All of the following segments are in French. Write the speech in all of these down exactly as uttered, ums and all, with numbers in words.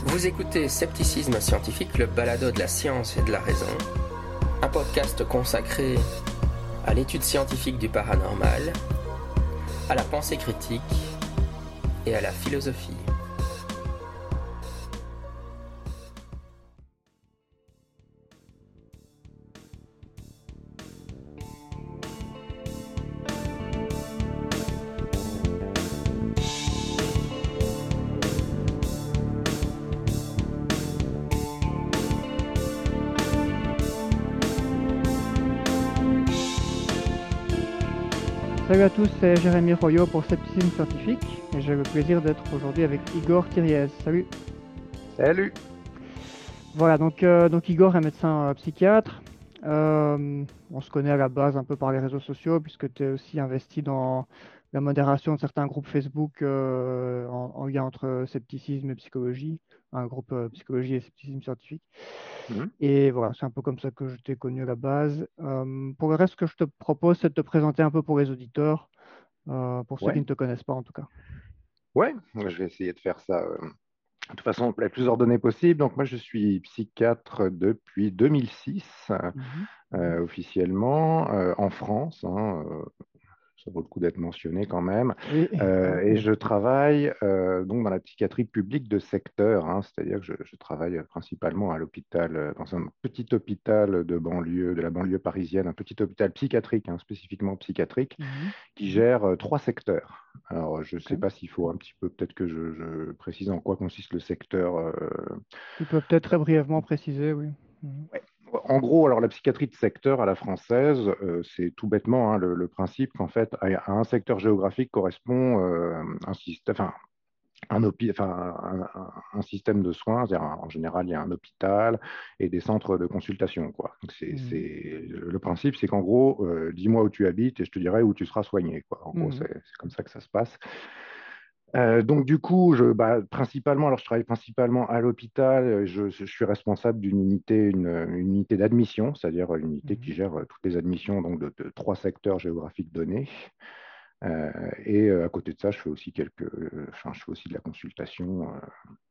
Vous écoutez Scepticisme Scientifique, le balado de la science et de la raison, un podcast consacré à l'étude scientifique du paranormal, à la pensée critique et à la philosophie. Salut à tous, c'est Jérémy Royot pour Scepticisme Scientifique et j'ai le plaisir d'être aujourd'hui avec Igor Thiriez. Salut. Salut. Voilà, donc, euh, donc Igor est médecin euh, psychiatre. Euh, on se connaît à la base un peu par les réseaux sociaux puisque tu es aussi investi dans la modération de certains groupes Facebook euh, en, en lien entre scepticisme et psychologie, un groupe euh, psychologie et scepticisme scientifique. Mmh. Et voilà, c'est un peu comme ça que je t'ai connu à la base. Euh, pour le reste, ce que je te propose, c'est de te présenter un peu pour les auditeurs, euh, pour ceux qui Ouais, ne te connaissent pas en tout cas. ouais, je vais essayer de faire ça euh, de toute façon la plus ordonnée possible. Donc moi, je suis psychiatre depuis deux mille six, Mhm. euh, officiellement, euh, en France, hein, euh, ça vaut le coup d'être mentionné quand même. Oui. Euh, et je travaille euh, donc dans la psychiatrie publique de secteur, hein, c'est-à-dire que je, je travaille principalement à l'hôpital, euh, dans un petit hôpital de banlieue, de la banlieue parisienne, un petit hôpital psychiatrique, hein, spécifiquement psychiatrique, Mhm. qui gère euh, trois secteurs. Alors, je ne Ok. sais pas s'il faut un petit peu, peut-être que je, je précise en quoi consiste le secteur. euh, Tu peux peut-être très brièvement préciser, oui. Mhm. Ouais. En gros, alors la psychiatrie de secteur à la française, euh, c'est tout bêtement hein, le, le principe qu'en fait, à, à un secteur géographique correspond euh, un système, enfin, un, hôpi- enfin, un, un- un système de soins. C'est-à-dire, en général, il y a un hôpital et des centres de consultation, quoi. Donc, c'est, Mhm. c'est- le principe, c'est qu'en gros, euh, dis-moi où tu habites et je te dirai où tu seras soigné, quoi. En gros, Mhm. c'est c'est comme ça que ça se passe. Euh, donc du coup, je, bah, principalement, alors je travaille principalement à l'hôpital. euh, Je, je suis responsable d'une unité, une, une unité d'admission, c'est-à-dire une unité qui Mhm. gère euh, toutes les admissions donc de, de trois secteurs géographiques donnés. Euh, et euh, à côté de ça, je fais aussi quelques, euh, enfin, je fais aussi de la consultation, euh,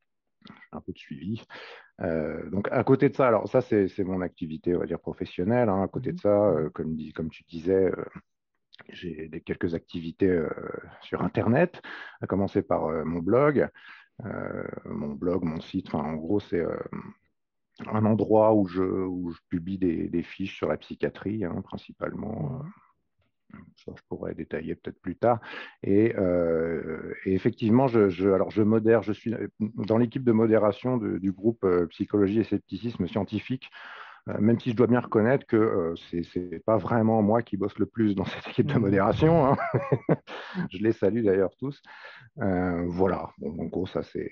un peu de suivi. Euh, donc à côté de ça, alors ça c'est c'est mon activité, on va dire professionnelle. Hein. À côté de Mhm. ça, euh, comme, dit- comme tu disais. euh, J'ai des, quelques activités euh, sur Internet, à commencer par euh, mon blog. Euh, mon blog, mon site, enfin, en gros, c'est euh, un endroit où je, où je publie des, des fiches sur la psychiatrie, hein, principalement. Mhm. Ça, je pourrais détailler peut-être plus tard. Et, euh, et effectivement, je, je, alors je modère, je suis dans l'équipe de modération de- du groupe euh, Psychologie et Scepticisme Scientifique. Euh, même si je dois bien reconnaître que euh, c'est c'est pas vraiment moi qui bosse le plus dans cette équipe de Mhm. modération. Hein. Je les salue d'ailleurs tous. Euh, voilà, bon, en gros, ça c'est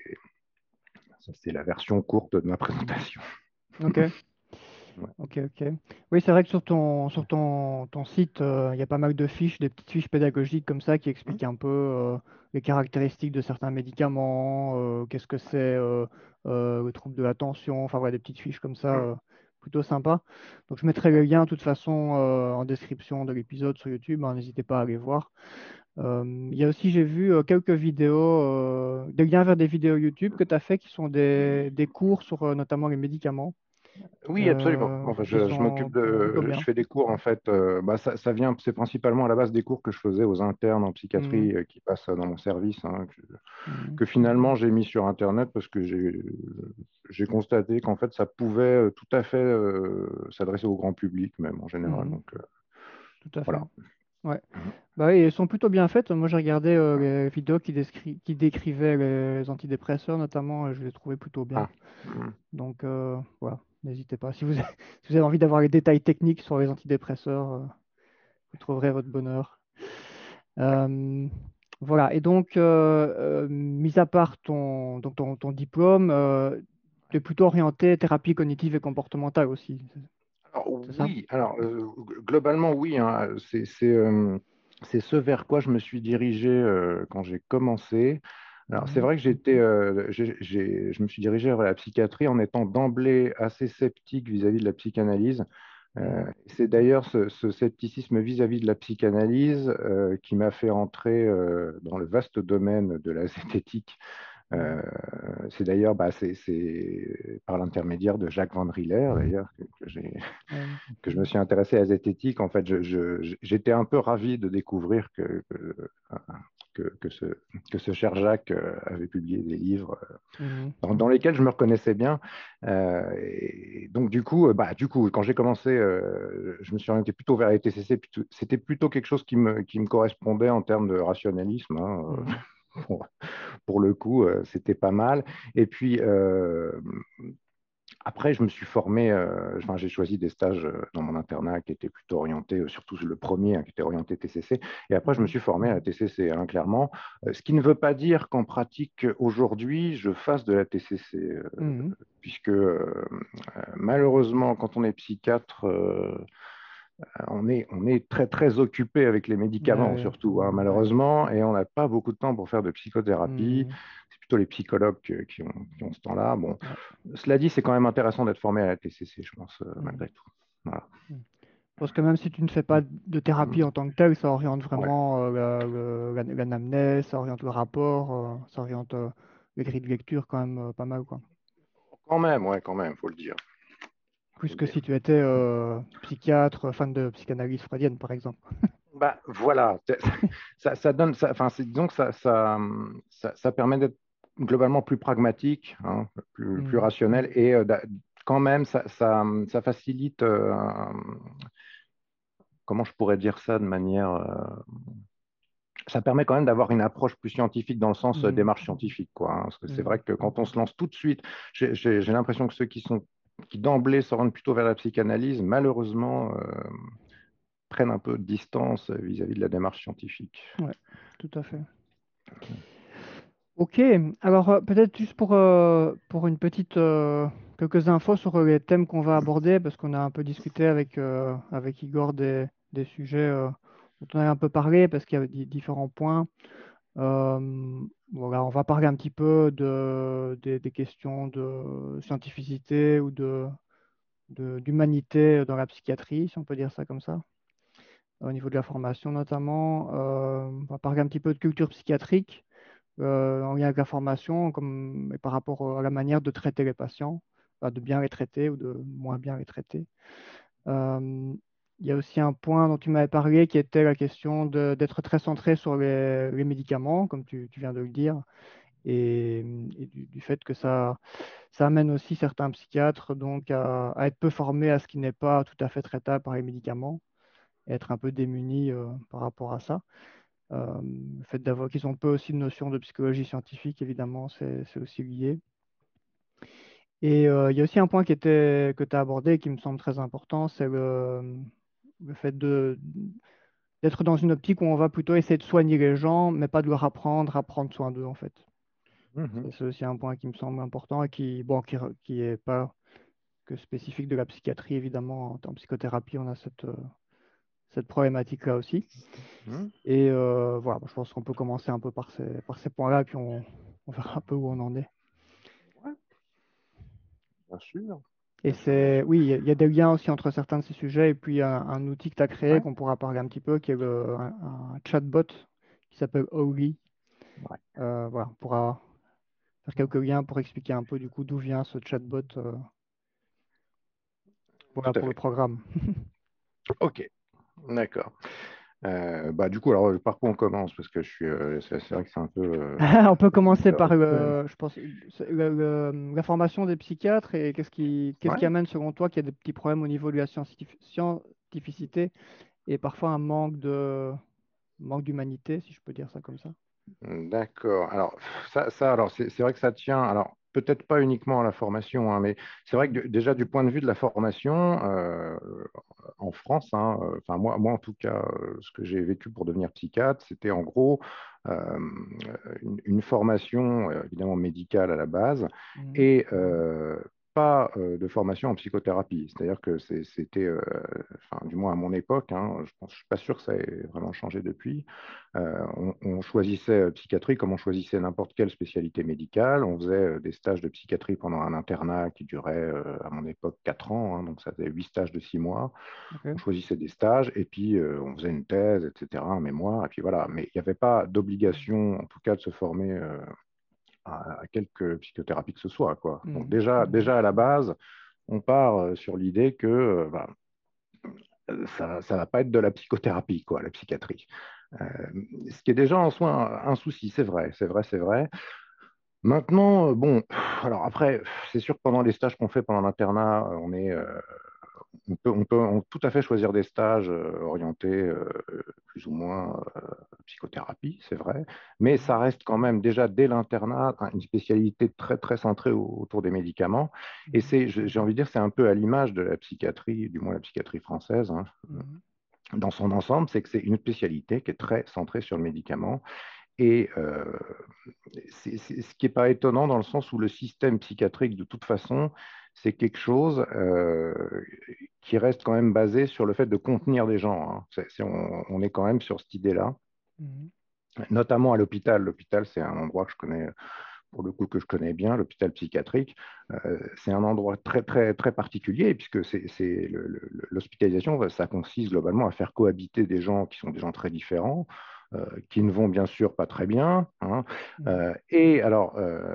ça c'est la version courte de ma présentation. Ok, Ouais. ok, ok. Oui, c'est vrai que sur ton, sur ton, ton site, euh, il y a pas mal de fiches, des petites fiches pédagogiques comme ça qui expliquent un peu euh, les caractéristiques de certains médicaments, euh, qu'est-ce que c'est euh, euh, le trouble de l'attention, enfin voilà, des petites fiches comme ça, euh, plutôt sympa. Donc je mettrai le lien de toute façon euh, en description de l'épisode sur YouTube, hein, n'hésitez pas à aller voir. Euh, Il y a aussi, j'ai vu euh, quelques vidéos, euh, des liens vers des vidéos YouTube que tu as fait qui sont des, des cours sur euh, notamment les médicaments, Oui, absolument. euh, Enfin, qui je, je m'occupe sont plutôt de, je bien. fais des cours en fait. Euh, bah, ça, ça vient, c'est principalement à la base des cours que je faisais aux internes en Mhm, psychiatrie euh, qui passent dans mon service, hein, que, mhm, que finalement j'ai mis sur Internet parce que j'ai, j'ai constaté qu'en fait ça pouvait euh, tout à fait euh, s'adresser au grand public même en général. mhm, Donc euh, tout à fait. voilà. Ouais. Bah oui, elles sont plutôt bien faites. Moi, j'ai regardé euh, les vidéos qui, décri- qui décrivaient les antidépresseurs, notamment, et je les trouvais plutôt bien. Ah. Mhm. Donc, euh, voilà, n'hésitez pas. Si vous, si vous avez envie d'avoir les détails techniques sur les antidépresseurs, euh, vous trouverez votre bonheur. Euh, voilà. Et donc, euh, euh, mis à part ton, donc ton, ton diplôme, euh, tu es plutôt orienté thérapie cognitive et comportementale aussi, Alors, c'est ça? oui, alors euh, globalement oui, hein, c'est c'est, euh, c'est ce vers quoi je me suis dirigé euh, quand j'ai commencé. Alors c'est Mhm, vrai que j'étais, euh, j'ai- j'ai- je me suis dirigé vers la psychiatrie en étant d'emblée assez sceptique vis-à-vis de la psychanalyse. Euh, mhm, c'est d'ailleurs ce, ce scepticisme vis-à-vis de la psychanalyse euh, qui m'a fait entrer euh, dans le vaste domaine de la zététique Euh, c'est d'ailleurs bah, c'est, c'est par l'intermédiaire de Jacques Van Rieler, d'ailleurs, que, que j'ai Ouais. que je me suis intéressé à la zététique. En fait, je, je, j'étais un peu ravi de découvrir que, que, que, que ce, que ce cher Jacques euh, avait publié des livres Mhm. dans, dans lesquels je me reconnaissais bien. Euh, et donc, du coup, euh, bah, du coup, quand j'ai commencé, euh, je me suis orienté plutôt vers les T C C. Plutôt- C'était plutôt quelque chose qui me, qui me correspondait en termes de rationalisme, hein. Mhm. Pour, pour le coup, euh, c'était pas mal. Et puis, euh, après, je me suis formé, euh, enfin, j'ai choisi des stages euh, dans mon internat qui étaient plutôt orientés, euh, surtout le premier hein, qui était orienté T C C. Et après, je me Mhm. suis formé à la T C C, hein, clairement. Euh, ce qui ne veut pas dire qu'en pratique, aujourd'hui, je fasse de la T C C, euh, Mhm. puisque euh, malheureusement, quand on est psychiatre, euh, on est, on est très, très occupé avec les médicaments, Ouais, surtout, hein, ouais. malheureusement, et on n'a pas beaucoup de temps pour faire de psychothérapie. Mhm. C'est plutôt les psychologues euh, qui ont, qui ont ce temps-là. Bon, Ouais. cela dit, c'est quand même intéressant d'être formé à la T C C, je pense, euh, Mhm. malgré tout. Voilà. Mhm. Parce que même si tu ne fais pas de thérapie en tant que telle, ça oriente Ouais. vraiment euh, la- le- la- l'anamnèse, ça oriente le rapport, euh, ça oriente euh, les grilles de lecture quand même euh, pas mal, quoi. Quand même, ouais, quand même, faut le dire. Plus Faut le que dire. si tu étais euh, psychiatre, fan de psychanalyse freudienne, par exemple. Bah, voilà, ça, ça donne, ça, enfin, c'est, disons que ça, ça, ça, ça permet d'être globalement plus pragmatique, hein, plus, plus Mhm. rationnel, et euh, d'a- quand même, ça, ça, ça facilite, euh, comment je pourrais dire ça de manière, euh, ça permet quand même d'avoir une approche plus scientifique dans le sens euh, Mhm. démarche scientifique, quoi, hein. Parce que c'est Mhm. vrai que quand on se lance tout de suite, j'ai j'ai- j'ai l'impression que ceux qui sont qui d'emblée s'orientent plutôt vers la psychanalyse, malheureusement, euh, prennent un peu de distance vis-à-vis de la démarche scientifique. Ouais, tout à fait. Ok, alors euh, peut-être juste pour, euh, pour une petite euh, quelques infos sur euh, les thèmes qu'on va aborder, parce qu'on a un peu discuté avec, euh, avec Igor des, des sujets euh, dont on a un peu parlé, parce qu'il y a di- différents points. Euh, voilà, on va parler un petit peu de, des, des questions de scientificité ou de, de- d'humanité dans la psychiatrie, si on peut dire ça comme ça, au niveau de la formation notamment. Euh, on va parler un petit peu de culture psychiatrique euh, en lien avec la formation, comme et par rapport à la manière de traiter les patients, enfin, de bien les traiter ou de moins bien les traiter. Euh, il y a aussi un point dont tu m'avais parlé qui était la question de- d'être très centré sur les, les médicaments, comme tu, tu viens de le dire, et, et du, du fait que ça, ça amène aussi certains psychiatres donc à, à être peu formés à ce qui n'est pas tout à fait traitable par les médicaments, et être un peu démunis euh, par rapport à ça. Euh, le fait d'avoir qu'ils ont peu aussi de notions de psychologie scientifique, évidemment, c'est c'est aussi lié. Et euh, il y a aussi un point qui était, que tu as abordé et qui me semble très important, c'est le, le fait de, d'être dans une optique où on va plutôt essayer de soigner les gens, mais pas de leur apprendre à prendre soin d'eux, en fait. Mhm. Ça, c'est aussi un point qui me semble important et qui, bon, qui, re- qui est pas que spécifique de la psychiatrie, évidemment. En, en psychothérapie, on a cette, euh, cette problématique-là aussi. Mhm. Et euh, voilà, je pense qu'on peut commencer un peu par ces, par ces points-là, puis on, on verra un peu où on en est. Ouais, bien sûr, Et bien sûr, bien c'est, sûr. oui, il y a il y a des liens aussi entre certains de ces sujets, et puis un, un outil que tu as créé, Ouais, qu'on pourra parler un petit peu, qui est le- un, un chatbot qui s'appelle Owly. ouais, Euh, voilà, on pourra faire quelques liens pour expliquer un peu du coup d'où vient ce chatbot euh, tout voilà, à pour le fait. programme. Ok, d'accord. Euh, bah, du coup, alors, par quoi on commence? Parce que je suis, euh, c'est c'est vrai que c'est un peu. euh, On peut commencer par, euh, le, je pense, c'est le- le- la formation des psychiatres et qu'est-ce qui, qu'est-ce qui ouais. amène selon toi qu'il y a des petits problèmes au niveau de la scientifi- scientificité et parfois un manque de manque d'humanité, si je peux dire ça comme ça. D'accord. Alors, ça, ça alors, c'est c'est vrai que ça tient, alors, peut-être pas uniquement à la formation, hein, mais c'est vrai que Mm. de- déjà du point de vue de la formation, euh, en France, hein, euh, enfin, moi, moi, en tout cas, euh, ce que j'ai vécu pour devenir psychiatre, c'était en gros euh, une, une formation, euh, évidemment médicale à la base, Mhm. et euh, pas euh, de formation en psychothérapie. C'est-à-dire que c'est- c'était, euh, enfin, du moins à mon époque, hein, je pense, je suis pas sûr que ça ait vraiment changé depuis. Euh, on, on choisissait euh, psychiatrie comme on choisissait n'importe quelle spécialité médicale. On faisait euh, des stages de psychiatrie pendant un internat qui durait, euh, à mon époque, quatre ans, hein, donc ça faisait huit stages de six mois. On Ok. choisissait des stages et puis euh, on faisait une thèse, et cetera, un mémoire, et puis voilà. Mais il n'y avait pas d'obligation, en tout cas, de se former euh, à, à quelque psychothérapie que ce soit, quoi. Mhm. Donc déjà, Mhm. déjà à la base, on part euh, sur l'idée que euh, bah, ça ne va pas être de la psychothérapie, quoi, la psychiatrie. Euh, ce qui est déjà en soi un, un souci, c'est vrai, c'est vrai, c'est vrai. Maintenant, euh, bon, alors après, c'est sûr que pendant les stages qu'on fait pendant l'internat, euh, on est, euh, on peut, on peut on- tout à fait choisir des stages euh, orientés euh, plus ou moins euh, psychothérapie, c'est vrai, mais ça reste quand même déjà dès l'internat hein, une spécialité très très centrée au- autour des médicaments. Et c'est, j'ai j'ai envie de dire, c'est un peu à l'image de la psychiatrie, du moins la psychiatrie française, hein, Mhm. dans son ensemble, c'est que c'est une spécialité qui est très centrée sur le médicament. Et euh, c'est, c'est- ce qui n'est pas étonnant dans le sens où le système psychiatrique, de toute façon, c'est quelque chose euh, qui reste quand même basé sur le fait de contenir des gens, hein. C'est- c'est- on, on est quand même sur cette idée-là, Mhm. notamment à l'hôpital. L'hôpital, c'est un endroit que je connais, pour le coup, que je connais bien, l'hôpital psychiatrique. Euh, c'est un endroit très, très, très particulier, puisque c'est, c'est le- le- l'hospitalisation, ça consiste globalement à faire cohabiter des gens qui sont des gens très différents, euh, qui ne vont bien sûr pas très bien, hein. Mhm. Euh, et alors, euh,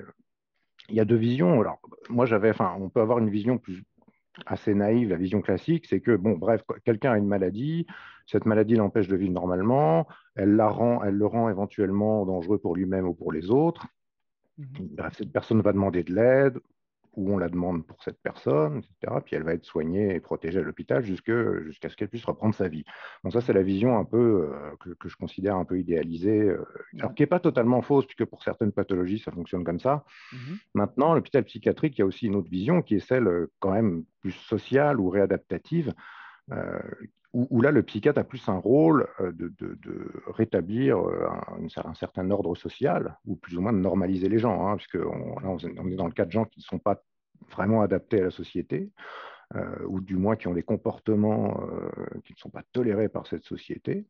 il y a deux visions. Alors, moi, j'avais, enfin, on peut avoir une vision plus assez naïve, la vision classique, c'est que, bon, bref, quelqu'un a une maladie, cette maladie l'empêche de vivre normalement, elle, la rend, elle le rend éventuellement dangereux pour lui-même ou pour les autres. Mhm. Bref, cette personne va demander de l'aide, ou on la demande pour cette personne, et cetera. Puis elle va être soignée et protégée à l'hôpital jusque, jusqu'à ce qu'elle puisse reprendre sa vie. Donc ça, c'est la vision un peu euh, que, que, je considère un peu idéalisée, euh, alors Ouais. qui n'est pas totalement fausse, puisque pour certaines pathologies, ça fonctionne comme ça. Mhm. Maintenant, l'hôpital psychiatrique, il y a aussi une autre vision qui est celle euh, quand même plus sociale ou réadaptative, euh, où, où là, le psychiatre a plus un rôle euh, de, de, de rétablir euh, un, un certain ordre social, ou plus ou moins de normaliser les gens, hein, puisque on, là, on est dans le cas de gens qui ne sont pas vraiment adaptés à la société, euh, ou du moins qui ont des comportements euh, qui ne sont pas tolérés par cette société,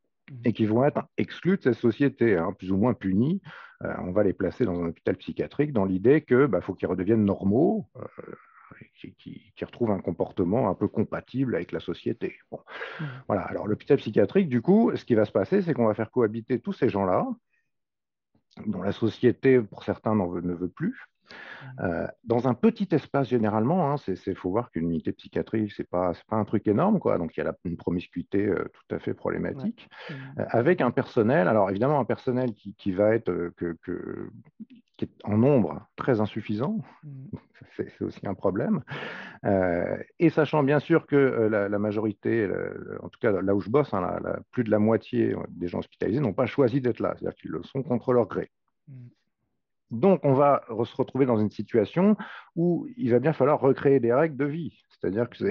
et Mhm. qui vont être exclus de cette société, hein, plus ou moins punis. Euh, on va les placer dans un hôpital psychiatrique dans l'idée que bah, faut qu'ils redeviennent normaux, euh, qui, qui, qui retrouvent un comportement un peu compatible avec la société. Bon. Mhm. Voilà. Alors l'hôpital psychiatrique, du coup, ce qui va se passer, c'est qu'on va faire cohabiter tous ces gens-là, dont la société, pour certains, n'en veut, ne veut plus, Mhm. euh, dans un petit espace généralement. Il hein, faut voir qu'une unité psychiatrique, ce n'est pas, pas un truc énorme, quoi. Donc il y a la, une promiscuité euh, tout à fait Ouais. problématique, Mhm. euh, avec un personnel, alors évidemment un personnel qui, qui va être euh, que, que, qui est en nombre très insuffisant, Mhm. c'est aussi un problème. Euh, et sachant bien sûr que euh, la, la, majorité, la, en tout cas là où je bosse, hein, la, la, plus de la moitié des gens hospitalisés n'ont pas choisi d'être là, c'est-à-dire qu'ils le sont contre leur gré. Mhm. Donc on va se retrouver dans une situation où il va bien falloir recréer des règles de vie. C'est-à-dire que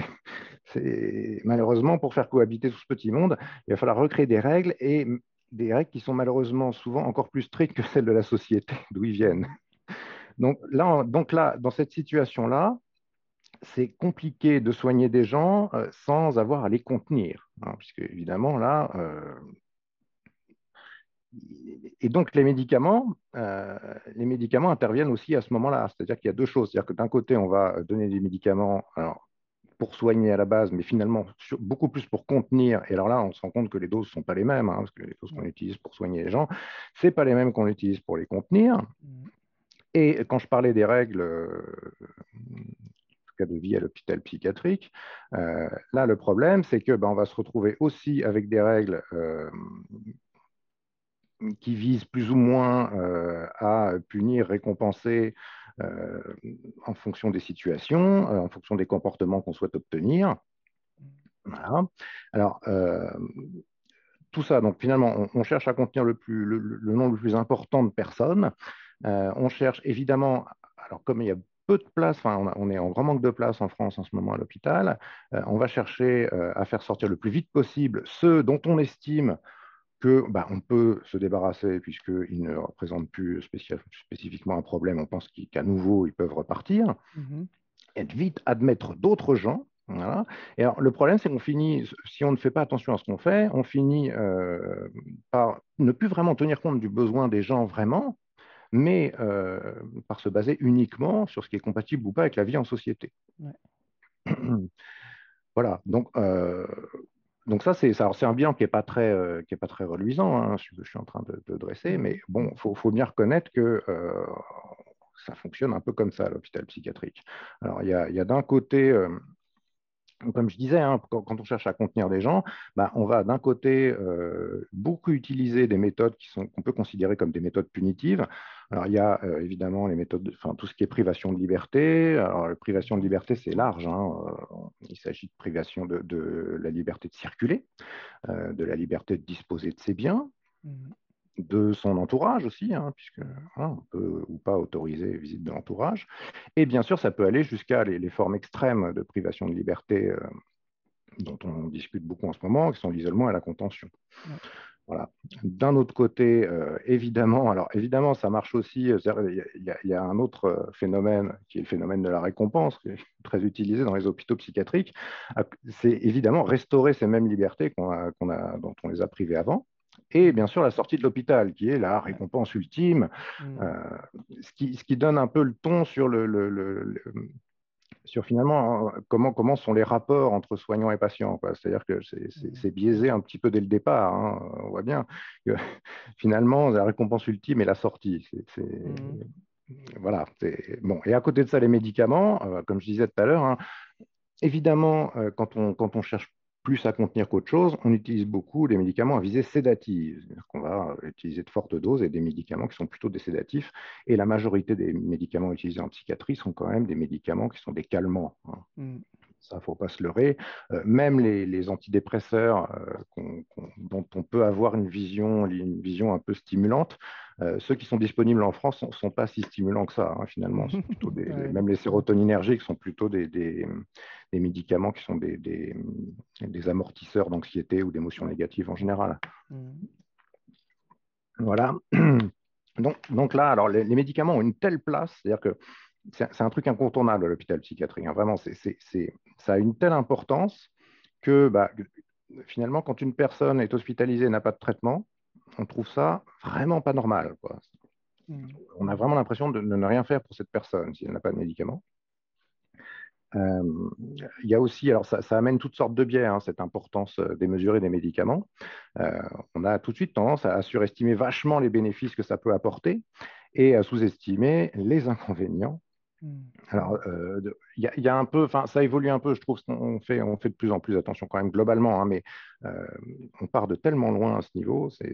c'est malheureusement, pour faire cohabiter tout ce petit monde, il va falloir recréer des règles et des règles qui sont malheureusement souvent encore plus strictes que celles de la société d'où ils viennent. Mhm. Donc là, donc là, dans cette situation-là, c'est compliqué de soigner des gens euh, sans avoir à les contenir, hein, puisque évidemment là, euh, et donc les médicaments, euh, les médicaments interviennent aussi à ce moment-là. C'est-à-dire qu'il y a deux choses. C'est-à-dire que d'un côté, on va donner des médicaments alors, pour soigner à la base, mais finalement sur, beaucoup plus pour contenir. Et alors là, on se rend compte que les doses ne sont pas les mêmes, hein, parce que les doses qu'on Ouais. utilise pour soigner les gens, ce n'est pas les mêmes qu'on utilise pour les contenir. Mhm. Et quand je parlais des règles euh, de vie à l'hôpital psychiatrique. Euh, là, le problème, c'est que ben, on va se retrouver aussi avec des règles euh, qui visent plus ou moins euh, à punir, récompenser euh, en fonction des situations, euh, en fonction des comportements qu'on souhaite obtenir. Voilà. Alors, euh, tout ça, donc finalement, on, on cherche à contenir le, plus, le, le, nombre le plus important de personnes. Euh, on cherche évidemment, alors comme il y a peu de place, enfin on, a, on est en grand manque de place en France en ce moment à l'hôpital, euh, on va chercher euh, à faire sortir le plus vite possible ceux dont on estime que bah, on peut se débarrasser puisqu'ils ne représentent plus spécial, spécifiquement un problème, on pense qu'à nouveau ils peuvent repartir, Mhm. et vite admettre d'autres gens. Voilà. Et alors, le problème, c'est qu'on finit, si on ne fait pas attention à ce qu'on fait, on finit euh, par ne plus vraiment tenir compte du besoin des gens vraiment, mais euh, par se baser uniquement sur ce qui est compatible ou pas avec la vie en société. Ouais. Voilà. Donc, euh, donc ça, c'est, alors c'est un bilan qui n'est pas très, euh, qui est pas très reluisant, hein, ce que je suis en train de, de dresser, Mhm. mais bon, il faut, faut bien reconnaître que euh, ça fonctionne un peu comme ça, l'hôpital psychiatrique. Alors, il y a, il y a d'un côté, euh, comme je disais, hein, quand, quand on cherche à contenir des gens, bah, on va d'un côté euh, beaucoup utiliser des méthodes qui sont, qu'on peut considérer comme des méthodes punitives. Alors, il y a euh, évidemment les méthodes, de- enfin, tout ce qui est privation de liberté. Alors, la privation de liberté, c'est large, hein. Euh, il s'agit de privation de, de la liberté de circuler, euh, de la liberté de disposer de ses biens, Mhm. de son entourage aussi, hein, puisque Mhm. voilà, on peut ou pas autoriser visite de l'entourage. Et bien sûr, ça peut aller jusqu'à les, les formes extrêmes de privation de liberté euh, dont on discute beaucoup en ce moment, qui sont l'isolement et la contention. Ouais. Voilà. D'un autre côté, euh, évidemment, alors évidemment, ça marche aussi. Il y, a, il y a un autre euh, phénomène qui est le phénomène de la récompense, qui est très utilisé dans les hôpitaux psychiatriques. C'est évidemment restaurer ces mêmes libertés qu'on a, qu'on a, dont on les a privées avant. Et bien sûr, la sortie de l'hôpital, qui est la Ouais. récompense ultime, Mhm. euh, ce, qui, ce qui donne un peu le ton sur le, le, le, le sur finalement hein, comment, comment sont les rapports entre soignants et patients. C'est-à-dire que Mhm. c'est biaisé un petit peu dès le départ. Hein. On voit bien que finalement, la récompense ultime est la sortie. C'est, Mhm. voilà. Bon. Et à côté de ça, les médicaments, euh, comme je disais tout à l'heure, hein, évidemment, euh, quand, on, quand on cherche plus à contenir qu'autre chose, on utilise beaucoup des médicaments à visée sédative. C'est-à-dire qu'on va utiliser de fortes doses et des médicaments qui sont plutôt des sédatifs. Et la majorité des médicaments utilisés en psychiatrie sont quand même des médicaments qui sont des calmants. Hein. Mhm. Ça, il ne faut pas se leurrer. Euh, même les, les antidépresseurs euh, qu'on, qu'on, dont on peut avoir une vision, une vision un peu stimulante, euh, ceux qui sont disponibles en France ne sont, sont pas si stimulants que ça, hein, finalement. C'est plutôt des, les, Ouais. même les sérotoninergiques sont plutôt des, des, des médicaments qui sont des, des, des amortisseurs d'anxiété ou d'émotions Ouais. négatives en général. Mhm. Voilà. Donc, donc là, alors les, les médicaments ont une telle place, c'est-à-dire que c'est un truc incontournable à l'hôpital psychiatrique. Hein. Vraiment, c'est, c'est, c'est, ça a une telle importance que bah, finalement, quand une personne est hospitalisée et n'a pas de traitement, on trouve ça vraiment pas normal. Quoi. Mhm. On a vraiment l'impression de, de ne rien faire pour cette personne si elle n'a pas de médicaments. Euh, il y a aussi, alors ça, ça amène toutes sortes de biais, hein, cette importance démesurée des médicaments. Euh, on a tout de suite tendance à, à surestimer vachement les bénéfices que ça peut apporter et à sous-estimer les inconvénients. Mhm. Alors, euh, il y, y, a un peu, enfin, ça évolue un peu, je trouve, on fait, on fait de plus en plus attention quand même globalement, hein, mais euh, on part de tellement loin à ce niveau, c'est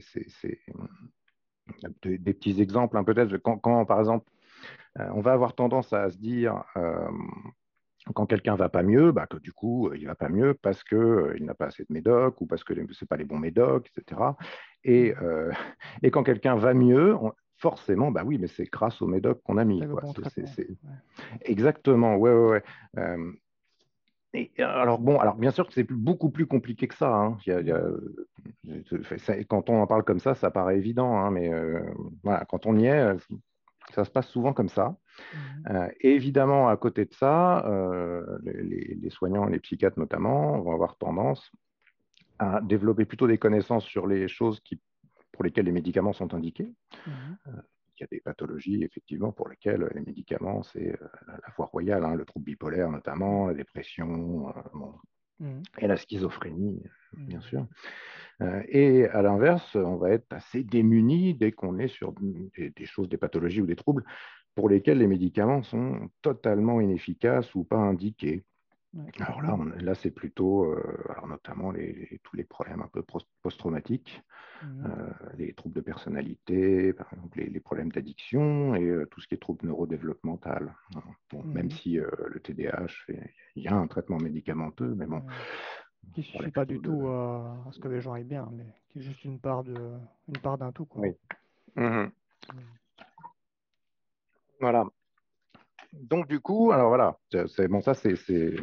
des, des petits exemples, hein, peut-être, quand, quand, par exemple, euh, on va avoir tendance à se dire, euh, quand quelqu'un va pas mieux, bah, que du coup, il va pas mieux parce qu'il euh, n'a pas assez de médocs ou parce que ce n'est pas les bons médocs, et cetera. Et, Mhm. euh, et quand quelqu'un va mieux, on, forcément, bah oui, mais c'est grâce aux médocs qu'on a mis. C'est le Quoi. bon C'est, c'est, traitement. c'est... Ouais. Exactement, ouais, ouais, ouais. Euh, et, alors bon, alors bien sûr que c'est beaucoup plus compliqué que ça. Hein. Il y a, il y a, ça, quand on en parle comme ça, ça paraît évident, hein, mais euh, voilà, quand on y est, ça se passe souvent comme ça. Mhm. Euh, et évidemment, à côté de ça, euh, les, les, soignants, les psychiatres notamment, vont avoir tendance à développer plutôt des connaissances sur les choses qui, pour lesquelles les médicaments sont indiqués. Mhm. Euh, il y a des pathologies, effectivement, pour lesquelles les médicaments, c'est euh, la voie royale, hein, le trouble bipolaire notamment, la dépression, euh, bon, Mhm. et la schizophrénie, bien Mhm. sûr. Euh, et à l'inverse, on va être assez démuni dès qu'on est sur des, des choses, des pathologies ou des troubles pour lesquels les médicaments sont totalement inefficaces ou pas indiqués. Ouais. Alors là, on, là c'est plutôt, euh, alors notamment les, les, tous les problèmes un peu post-traumatiques, euh, Mhm. les troubles de personnalité, par exemple les, les problèmes d'addiction et euh, tout ce qui est troubles neurodéveloppementaux. Bon, même Mhm. si euh, le T D A H, il y a un traitement médicamenteux, mais bon, Ouais. Qui on parlait suffit pas du plutôt de... tout à, à ce que les gens aillent bien, mais qui est juste une part de, une part d'un tout, quoi. Oui. Mmh. Mhm. Voilà. Donc du coup, alors voilà, c'est bon, ça c'est c'est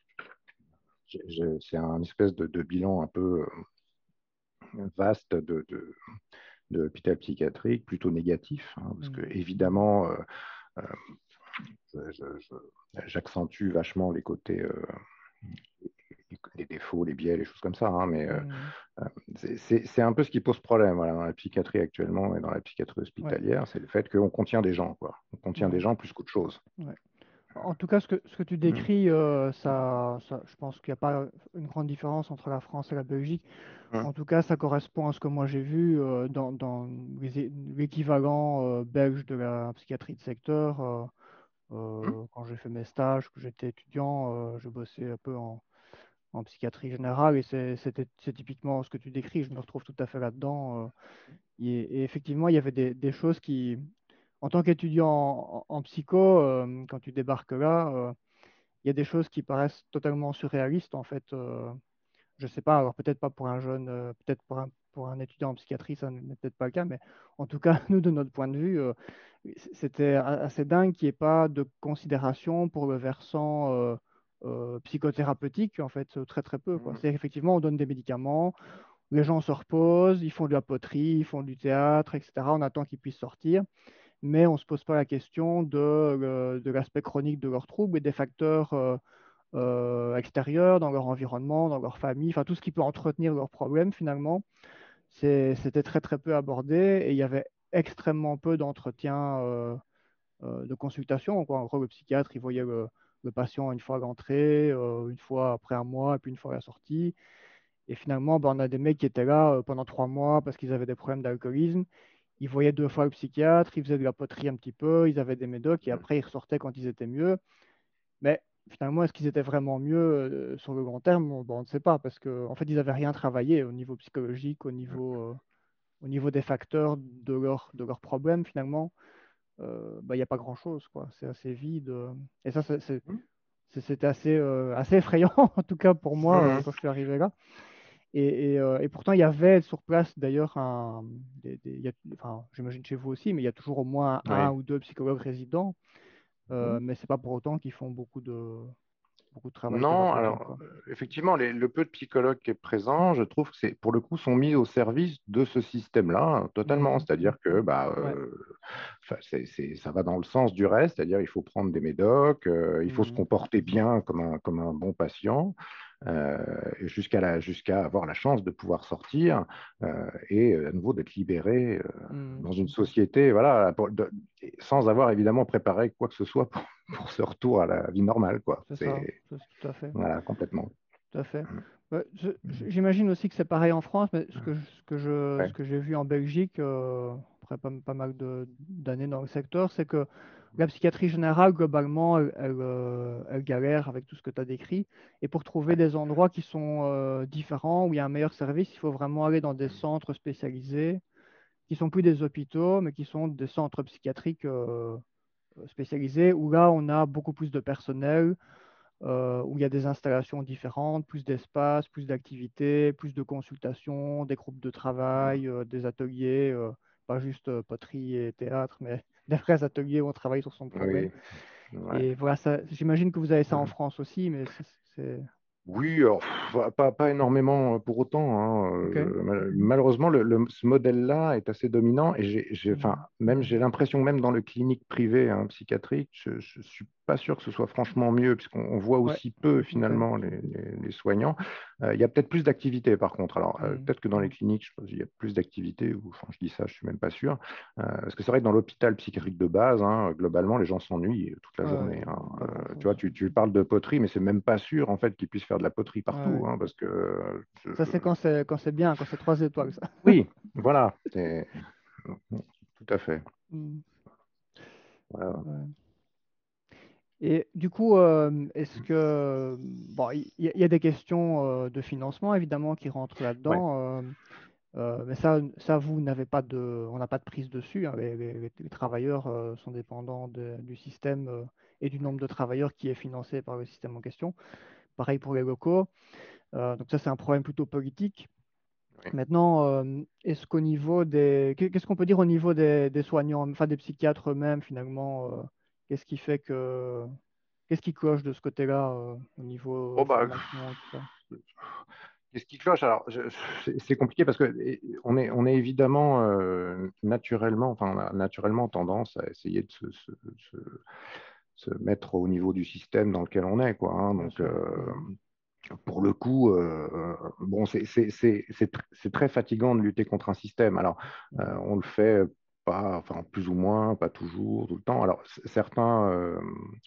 c'est un espèce de, de bilan un peu vaste de, de, de l'hôpital psychiatrique, plutôt négatif, hein, parce que Mhm. évidemment, euh, euh, j'accentue vachement les côtés, euh, les défauts, les biais, les choses comme ça, hein, mais euh, Mhm. c'est un peu ce qui pose problème voilà, dans la psychiatrie actuellement et dans la psychiatrie Ouais. hospitalière, c'est le fait qu'on contient des gens, quoi. On contient des Ouais. gens plus qu'autre chose. Ouais. en tout cas, ce que, ce que tu Mm. décris, euh, ça, ça- je pense qu'il n'y a pas une grande différence entre la France et la Belgique. Mm. En tout cas, ça correspond à ce que moi j'ai vu euh, dans, dans les é- l'équivalent euh, belge de la psychiatrie de secteur. Euh, Mm. euh, quand j'ai fait mes stages, que j'étais étudiant, euh, je bossais un peu en, en psychiatrie générale et c'est c'était- c'est typiquement ce que tu décris. Je me retrouve tout à fait là-dedans. euh. et, et effectivement, il y avait des, des choses qui, en tant qu'étudiant en, en- en psycho, euh, quand tu débarques là, euh, il y a des choses qui paraissent totalement surréalistes en fait. euh, je sais pas, alors peut-être pas pour un jeune, euh, peut-être pour un, pour un étudiant en psychiatrie, ça n'est peut-être pas le cas, mais en tout cas, nous, de notre point de vue, euh, c- c'était a- assez dingue qu'il n'y ait pas de considération pour le versant euh, euh, psychothérapeutique, en fait, euh, très très peu, quoi. Mm. C'est effectivement, on donne des médicaments, les gens se reposent, ils font de la poterie, ils font du théâtre, et cetera. On attend qu'ils puissent sortir, mais on ne se pose pas la question de, euh, de l'aspect chronique de leurs troubles et des facteurs euh, euh, extérieurs, dans leur environnement, dans leur famille, enfin tout ce qui peut entretenir leurs problèmes finalement. C'est- C'était très très peu abordé et il y avait extrêmement peu d'entretien euh, euh, de consultation, quoi. En gros, le psychiatre, il voyait le, le patient une fois à l'entrée, euh, une fois après un mois, et puis une fois à la sortie. Et finalement, ben, on a des mecs qui étaient là euh, pendant trois mois parce qu'ils avaient des problèmes d'alcoolisme. Ils voyaient deux fois le psychiatre, ils faisaient de la poterie un petit peu, ils avaient des médocs et Mm. après ils ressortaient quand ils étaient mieux. Mais finalement, est-ce qu'ils étaient vraiment mieux euh, sur le long terme? Bon, bon, on ne sait pas, parce qu'en en fait, ils n'avaient rien travaillé au niveau psychologique, au niveau, euh, au niveau des facteurs de leur, de leurs problèmes, finalement. Euh, bah, il n'y a pas grand-chose, quoi. C'est assez vide. euh. Et ça, c'est- c'est- Mm. c'est- c'était assez, euh, assez effrayant, en tout cas pour moi, euh, Mm. quand je suis arrivé là. Et, et, euh, et pourtant, il y avait sur place, d'ailleurs, un, des, des- il y a- enfin, j'imagine chez vous aussi, mais il y a toujours au moins un Oui. ou deux psychologues résidents. Mm. Euh, mais c'est pas pour autant qu'ils font beaucoup de, beaucoup de travail Non, thérapeutique, alors quoi. euh, effectivement, les- le peu de psychologues qui est présent, je trouve que c'est pour le coup sont mis au service de ce système-là, hein, totalement. Mhm. C'est-à-dire que bah, Ouais. euh, enfin, c'est, c'est- ça va dans le sens du reste, c'est-à-dire il faut prendre des médocs, euh, il faut se Mhm. comporter bien comme un, comme un bon patient, euh, et jusqu'à la, jusqu'à avoir la chance de pouvoir sortir euh, et euh, à nouveau d'être libéré euh, Mhm. dans une société, voilà, pour- de- sans avoir évidemment préparé quoi que ce soit pour, pour ce retour à la vie normale, quoi. C'est ça, C'est c'est tout à fait, voilà, complètement. tout à fait. Mm. Ouais, je- je- j'imagine aussi que c'est pareil en France, mais ce que, je- ce que je, ce Ouais. que j'ai vu en Belgique, euh, après pas, pas mal de- d'années dans le secteur, c'est que la psychiatrie générale, globalement, elle, elle, euh, elle galère avec tout ce que tu as décrit. Et pour trouver Ouais. des endroits qui sont euh, différents, où il y a un meilleur service, il faut vraiment aller dans des centres spécialisés, qui sont plus des hôpitaux, mais qui sont des centres psychiatriques euh, spécialisés, où là, on a beaucoup plus de personnel, euh, où il y a des installations différentes, plus d'espace, plus d'activités, plus de consultations, des groupes de travail, euh, des ateliers, euh, pas juste euh, poterie et théâtre, mais des vrais ateliers où on travaille sur son problème. Oui, ouais. Et voilà, ça, j'imagine que vous avez ça en Mm. France aussi, mais c'est... c'est- Oui, alors, pff, pas, pas énormément euh, pour autant, hein. OK. Euh, mal- malheureusement, le, le- ce modèle-là est assez dominant et j'ai, j'ai- enfin, Mhm. même j'ai l'impression que même dans le clinique privé hein, psychiatrique, je ne suis pas sûr que ce soit franchement mieux puisqu'on on voit Ouais, aussi peu OK. finalement les, les- les soignants. Euh, il y a peut-être plus d'activités par contre. Alors euh, Mhm. peut-être que dans les cliniques, je pense qu'il y a plus d'activités ou enfin, je dis ça, je suis même pas sûr. Euh, parce que c'est vrai que dans l'hôpital psychiatrique de base, hein, globalement, les gens s'ennuient toute la Ouais, ouais, journée, hein. pas Euh, tu grand-chose. vois, tu, tu parles de poterie, mais c'est même pas sûr en fait qu'ils puissent faire de la poterie Ouais, partout, ouais. hein, parce que euh, je- Ça, c'est quand c'est quand c'est bien, quand c'est trois étoiles, ça. oui, voilà, c'est- tout à fait. Mhm. Voilà. Ouais. Et du coup, euh, est-ce que bon, il y, il y a des questions euh, de financement évidemment qui rentrent Ouais, là-dedans, euh, euh, mais ça, ça vous n'avez pas de, on n'a pas de prise dessus, hein. Les, les- les travailleurs euh, sont dépendants de- du système euh, et du nombre de travailleurs qui est financé par le système en question. Pareil pour les locaux. Euh, donc ça, c'est un problème plutôt politique. ouais. Maintenant, euh, est-ce qu'au niveau des, qu'est- qu'est-ce qu'on peut dire au niveau des, des soignants, enfin des psychiatres eux-mêmes finalement, euh, qu'est-ce qui fait que qu'est-ce qui cloche de ce côté-là, euh, au niveau Oh euh, bah, formation et tout ça? qu'est-ce qui cloche? Alors, je- c'est c'est compliqué parce que et, on est, on est évidemment euh, naturellement, enfin, on a naturellement tendance à essayer de se, se- se- se mettre au niveau du système dans lequel on est, quoi, hein. Bien Donc, sûr. euh, Mhm. pour le coup, euh, bon, c'est c'est- c'est- c'est tr- c'est très fatigant de lutter contre un système. Alors, euh, Mhm. on le fait pas, enfin, plus ou moins, pas toujours, tout le temps. Alors, c- certains, euh,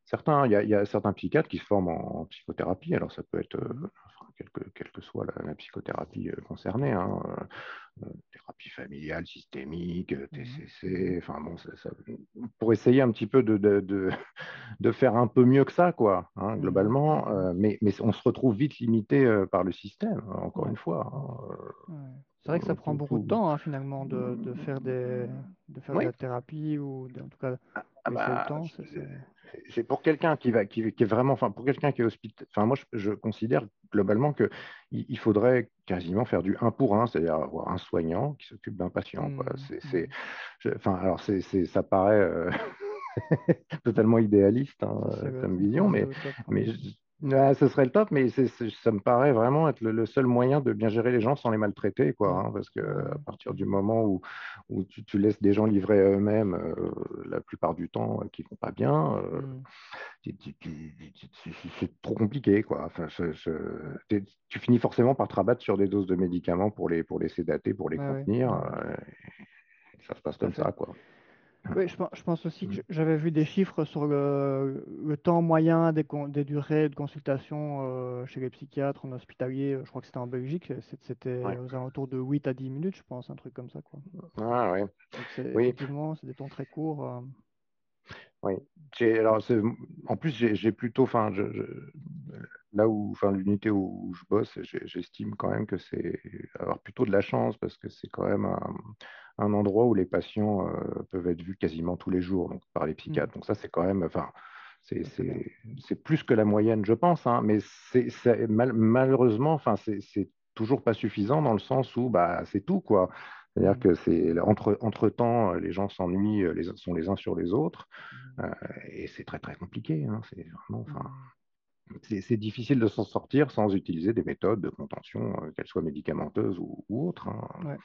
certains, il y a, il y a certains psychiatres qui se forment en, en psychothérapie. Alors, ça peut être, euh, Mhm. enfin, quelle que, quelle que soit la, la psychothérapie euh, concernée, hein, euh, thérapie familiale, systémique, euh, Mhm. T C C, enfin bon, ça, ça- pour essayer un petit peu de, de, de, de faire un peu mieux que ça, quoi, hein, Mhm. globalement. Euh, mais, mais on se retrouve vite limité euh, par le système, encore Ouais. une fois. Hein, Ouais. C'est vrai que ça euh, prend tout, beaucoup de tout. temps hein, finalement de, de faire des, de faire de Oui, la thérapie ou de- en tout cas ah laisser le bah, temps. C'est, c'est- c'est pour quelqu'un qui va, qui, qui est vraiment, enfin, pour quelqu'un qui est hospitalisé, enfin, moi, je, je considère globalement que il, il faudrait quasiment faire du un pour un, c'est-à-dire avoir un soignant qui s'occupe d'un patient, quoi. Mhm. C'est, c'est, Mhm. je- enfin, alors, c'est, c'est, ça paraît euh, totalement idéaliste hein, Ça, c'est euh, le, comme ça vision, serait mais, le top. Ouais. mais je- ouais, ce serait le top, mais c'est, c'est- ça me paraît vraiment être le, le seul moyen de bien gérer les gens sans les maltraiter, quoi, Mm. hein, parce que à Ouais. partir du moment où, où tu, tu laisses des gens livrer à eux-mêmes, euh, la plupart du temps, euh, qui vont pas bien, euh, Mm. tu- tu- tu- tu- tu- c'est trop compliqué, quoi. Enfin, je- je- t'es- tu finis forcément par te rabattre sur des doses de médicaments pour les, pour les sédater, pour les Ouais, ouais. contenir. Mm. euh, ça se passe Tout à comme fait. ça, quoi. Oui, je, pen- je pense aussi que j- j'avais vu des chiffres sur le, le temps moyen des, con- des durées de consultation euh, chez les psychiatres en hospitalier. Je crois que c'était en Belgique. c'est- C'était Ouais. aux alentours de huit à dix minutes, je pense, un truc comme ça, quoi. Ah, ouais. Donc c'est Oui, effectivement, c'est des temps très courts. euh. oui. J'ai, alors, c'est- en plus, j'ai j'ai plutôt, enfin, je, je- là où, enfin, l'unité où je bosse, j'ai- j'estime quand même que c'est avoir plutôt de la chance parce que c'est quand même un, un endroit où les patients euh, peuvent être vus quasiment tous les jours donc, par les Hmm. psychiatres. Donc ça, c'est quand même, enfin, c'est Ça, c'est bien. c'est- c'est plus que la moyenne, je pense, hein, mais c'est c'est- mal- malheureusement, enfin, c'est c'est toujours pas suffisant dans le sens où, bah, c'est tout, quoi. C'est-à-dire Hmm. que c'est entre, entre-temps, les gens s'ennuient, euh, les, sont les uns sur les autres. Hmm. Euh, et c'est très très compliqué. Hein. C'est vraiment, enfin, Hmm. c'est c'est difficile de s'en sortir sans utiliser des méthodes de contention, euh, qu'elles soient médicamenteuses ou, ou autres. Hein. Ouais.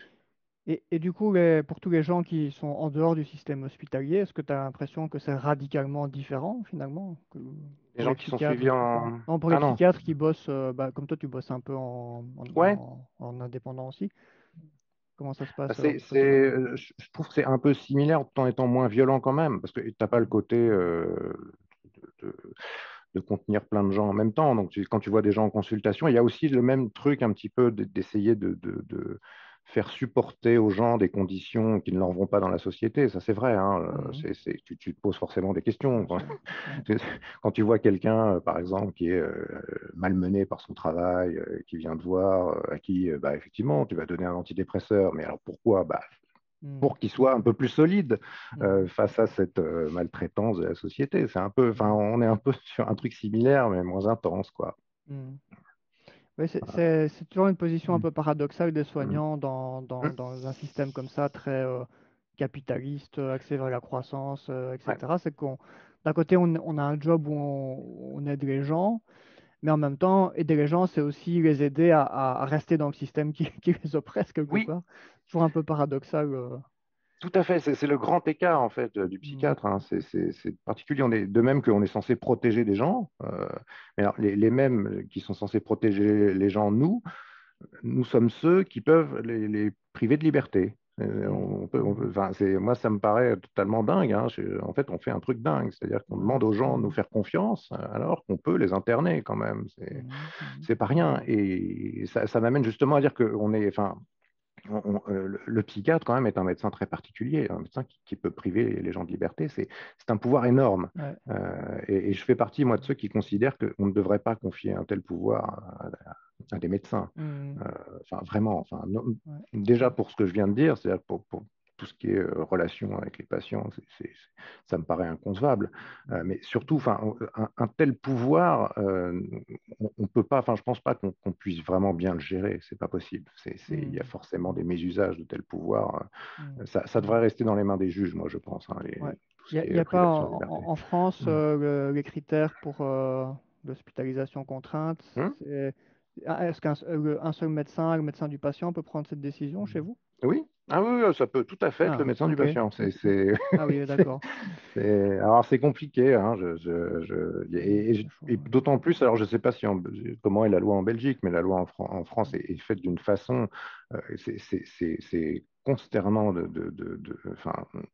Et, et du coup, les- pour tous les gens qui sont en dehors du système hospitalier, est-ce que tu as l'impression que c'est radicalement différent finalement que Les pour gens les qui sont psychiatres suivis qui font... en. Non, pour les Ah non. psychiatres qui bossent, euh, bah, comme toi, tu bosses un peu en, en, Ouais. en- en indépendant aussi. Comment ça se Bah, passe alors c'est, pour toi c'est, différemment? euh, je je trouve que c'est un peu similaire tout en étant moins violent quand même, parce que tu n'as pas le côté euh, de, de- de contenir plein de gens en même temps. Donc, tu- quand tu vois des gens en consultation, il y a aussi le même truc un petit peu d- d'essayer de, de- de faire supporter aux gens des conditions qui ne leur vont pas dans la société. Ça, c'est vrai. Hein. Euh, Mhm. c'est, c'est- tu, tu te poses forcément des questions. Bien sûr. Ouais. Quand tu vois quelqu'un, euh, par exemple, qui est euh, malmené par son travail, euh, qui vient te voir, euh, à qui, euh, bah, effectivement, tu vas donner un antidépresseur. Mais alors pourquoi? Bah, Mhm. pour qu'il soit un peu plus solide euh, Mhm. face à cette euh, maltraitance de la société. C'est un peu, enfin, Mhm. on est un peu sur un truc similaire, mais moins intense, quoi. Mhm. Oui, c'est c'est- c'est toujours une position un Mm. peu paradoxale des Mm. soignants dans, dans, Mm. dans un système comme ça, très euh, capitaliste, euh, axé vers la croissance, euh, Ouais. et cetera. C'est qu'on, d'un côté, on, on a un job où on, on aide les gens, mais en même temps, aider les gens, c'est aussi les aider à, à- à rester dans le système qui, qui les oppresse quelque Oui, part. Toujours un peu paradoxal. euh. tout à fait. C'est c'est le grand écart, en fait, euh, du Mm. psychiatre. Hein. C'est c'est- c'est particulier. On est, de même qu'on est censé protéger des gens, euh, mais alors, les, les mêmes qui sont censés protéger les gens, nous, nous sommes ceux qui peuvent les, les priver de liberté. Euh, Mm. On peut, on peut- enfin, c'est, moi, ça me paraît totalement dingue. Hein. Je- en fait, on fait un truc dingue. C'est-à-dire qu'on Ouais. demande aux gens de nous faire confiance euh, alors qu'on peut les interner quand même. C'est, Mm. Mm. c'est pas rien. Et ça, ça m'amène justement à dire qu'on est, enfin, on- on- euh, le, le psychiatre, quand même, est un médecin très particulier, un médecin qui, qui peut priver les, les gens de liberté. C'est, c'est un pouvoir énorme. Ouais. Euh, et, et je fais partie, moi, de ceux qui considèrent qu'on ne devrait pas confier un tel pouvoir à, à des médecins. Mm. Euh, enfin, vraiment, enfin, non- Ouais. déjà pour ce que je viens de dire, c'est-à-dire pour, pour tout ce qui est euh, relation avec les patients, c'est, c'est- ça me paraît inconcevable. Euh, mais surtout, enfin, un, un tel pouvoir, euh, on, on peut pas, enfin, je pense pas qu'on qu'on puisse vraiment bien le gérer. C'est pas possible. C'est, c'est- il y a Mm. forcément des mésusages de tels pouvoirs. Mm. Euh, Ça, ça devrait rester dans les mains des juges, moi, je pense, hein, Ouais. les- tout ce Il qui n'y a, y est a pas privation de en, liberté. en- en France Hum. euh, le- les critères pour euh, l'hospitalisation contrainte. Hum. c'est- ah, Est-ce qu'un le- un seul médecin, le médecin du patient, peut prendre cette décision chez vous? Oui, ah oui, oui, ça peut tout à fait être le Ah, médecin du ok. patient. C'est, c'est, Ah oui, c'est- d'accord. c'est- alors c'est compliqué, hein, je, je- je- Hmm, et, et je- c'est chaud, et ouais. d'autant plus. Alors je ne sais pas si en- comment est la loi en Belgique, mais la loi en, Fran- en France est, est faite d'une façon, euh, c'est c'est- c'est- c'est consternant de, de, de- de- enfin,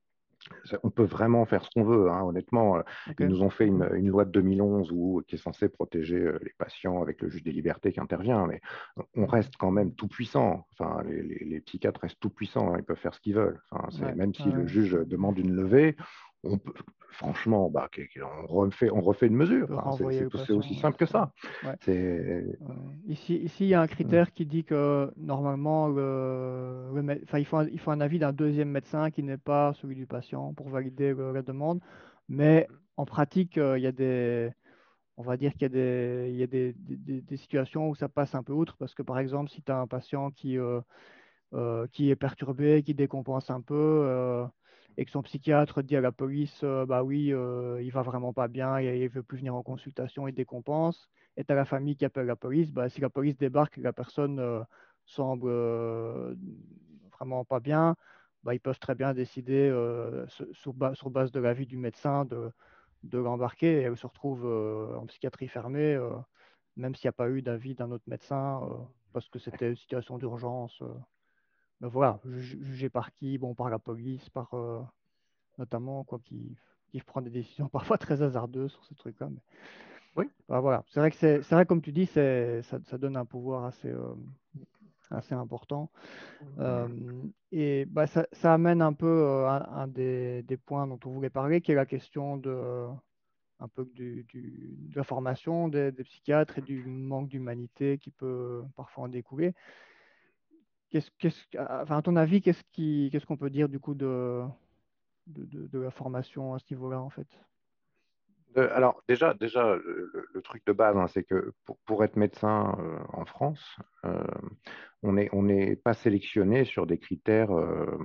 on peut vraiment faire ce qu'on veut, hein, honnêtement. Ok. Ils nous ont fait une, une loi de deux mille onze où, qui est censée protéger euh, les patients avec le juge des libertés qui intervient, mais on reste quand même tout puissant. Enfin, les, les, les psychiatres restent tout puissants, hein, ils peuvent faire ce qu'ils veulent. Enfin, c'est, Ouais, même si le ouais. juge demande une levée, on peut, franchement, bah, on, refait, on refait une On mesure. peut Enfin, c'est, renvoyer c'est, le c'est aussi patient, ouais, simple que c'est ça. ça. Ouais. C'est... Ouais. Ici, ici, il y a un critère qui dit que normalement, le, le mé- enfin, il faut un, il faut un avis d'un deuxième médecin qui n'est pas celui du patient pour valider le- la demande. Mais en pratique, euh, il y a des, on va dire qu'il y a des, il y a des, des- des- des situations où ça passe un peu outre parce que par exemple, si tu as un patient qui, euh, euh, qui est perturbé, qui décompense un peu, euh, et que son psychiatre dit à la police, euh, bah oui, euh, il va vraiment pas bien, il, il veut plus venir en consultation, il décompense, et tu as la famille qui appelle la police, bah, si la police débarque et que la personne euh, semble euh, vraiment pas bien, bah, ils peuvent très bien décider, euh, sur, sur ba- sur base de l'avis du médecin, de, de l'embarquer, et elle se retrouve euh, en psychiatrie fermée, euh, même s'il n'y a pas eu d'avis d'un autre médecin, euh, parce que c'était une situation d'urgence. euh. Mais voilà, ju- jugé par qui? Bon, par la police, par euh, notamment, quoi, qui, qui prend des décisions parfois très hasardeuses sur ces trucs-là. Mais Oui. bah, voilà, c'est vrai que c'est, c'est vrai, comme tu dis, c'est, ça, ça donne un pouvoir assez, euh, assez important. Euh, et bah, ça, ça amène un peu euh, à un des, des points dont on voulait parler, qui est la question de, euh, un peu du, du- de la formation des, des psychiatres et du manque d'humanité qui peut parfois en découler. Qu'est-ce, qu'est-ce, enfin, à ton avis, qu'est-ce qui, qu'est-ce qu'on peut dire du coup de, de, de- de la formation à ce niveau-là, en fait? Euh, alors déjà, déjà le, le- le truc de base, hein, c'est que pour, pour être médecin euh, en France, euh, on n'est on n'est pas sélectionné sur des critères, euh,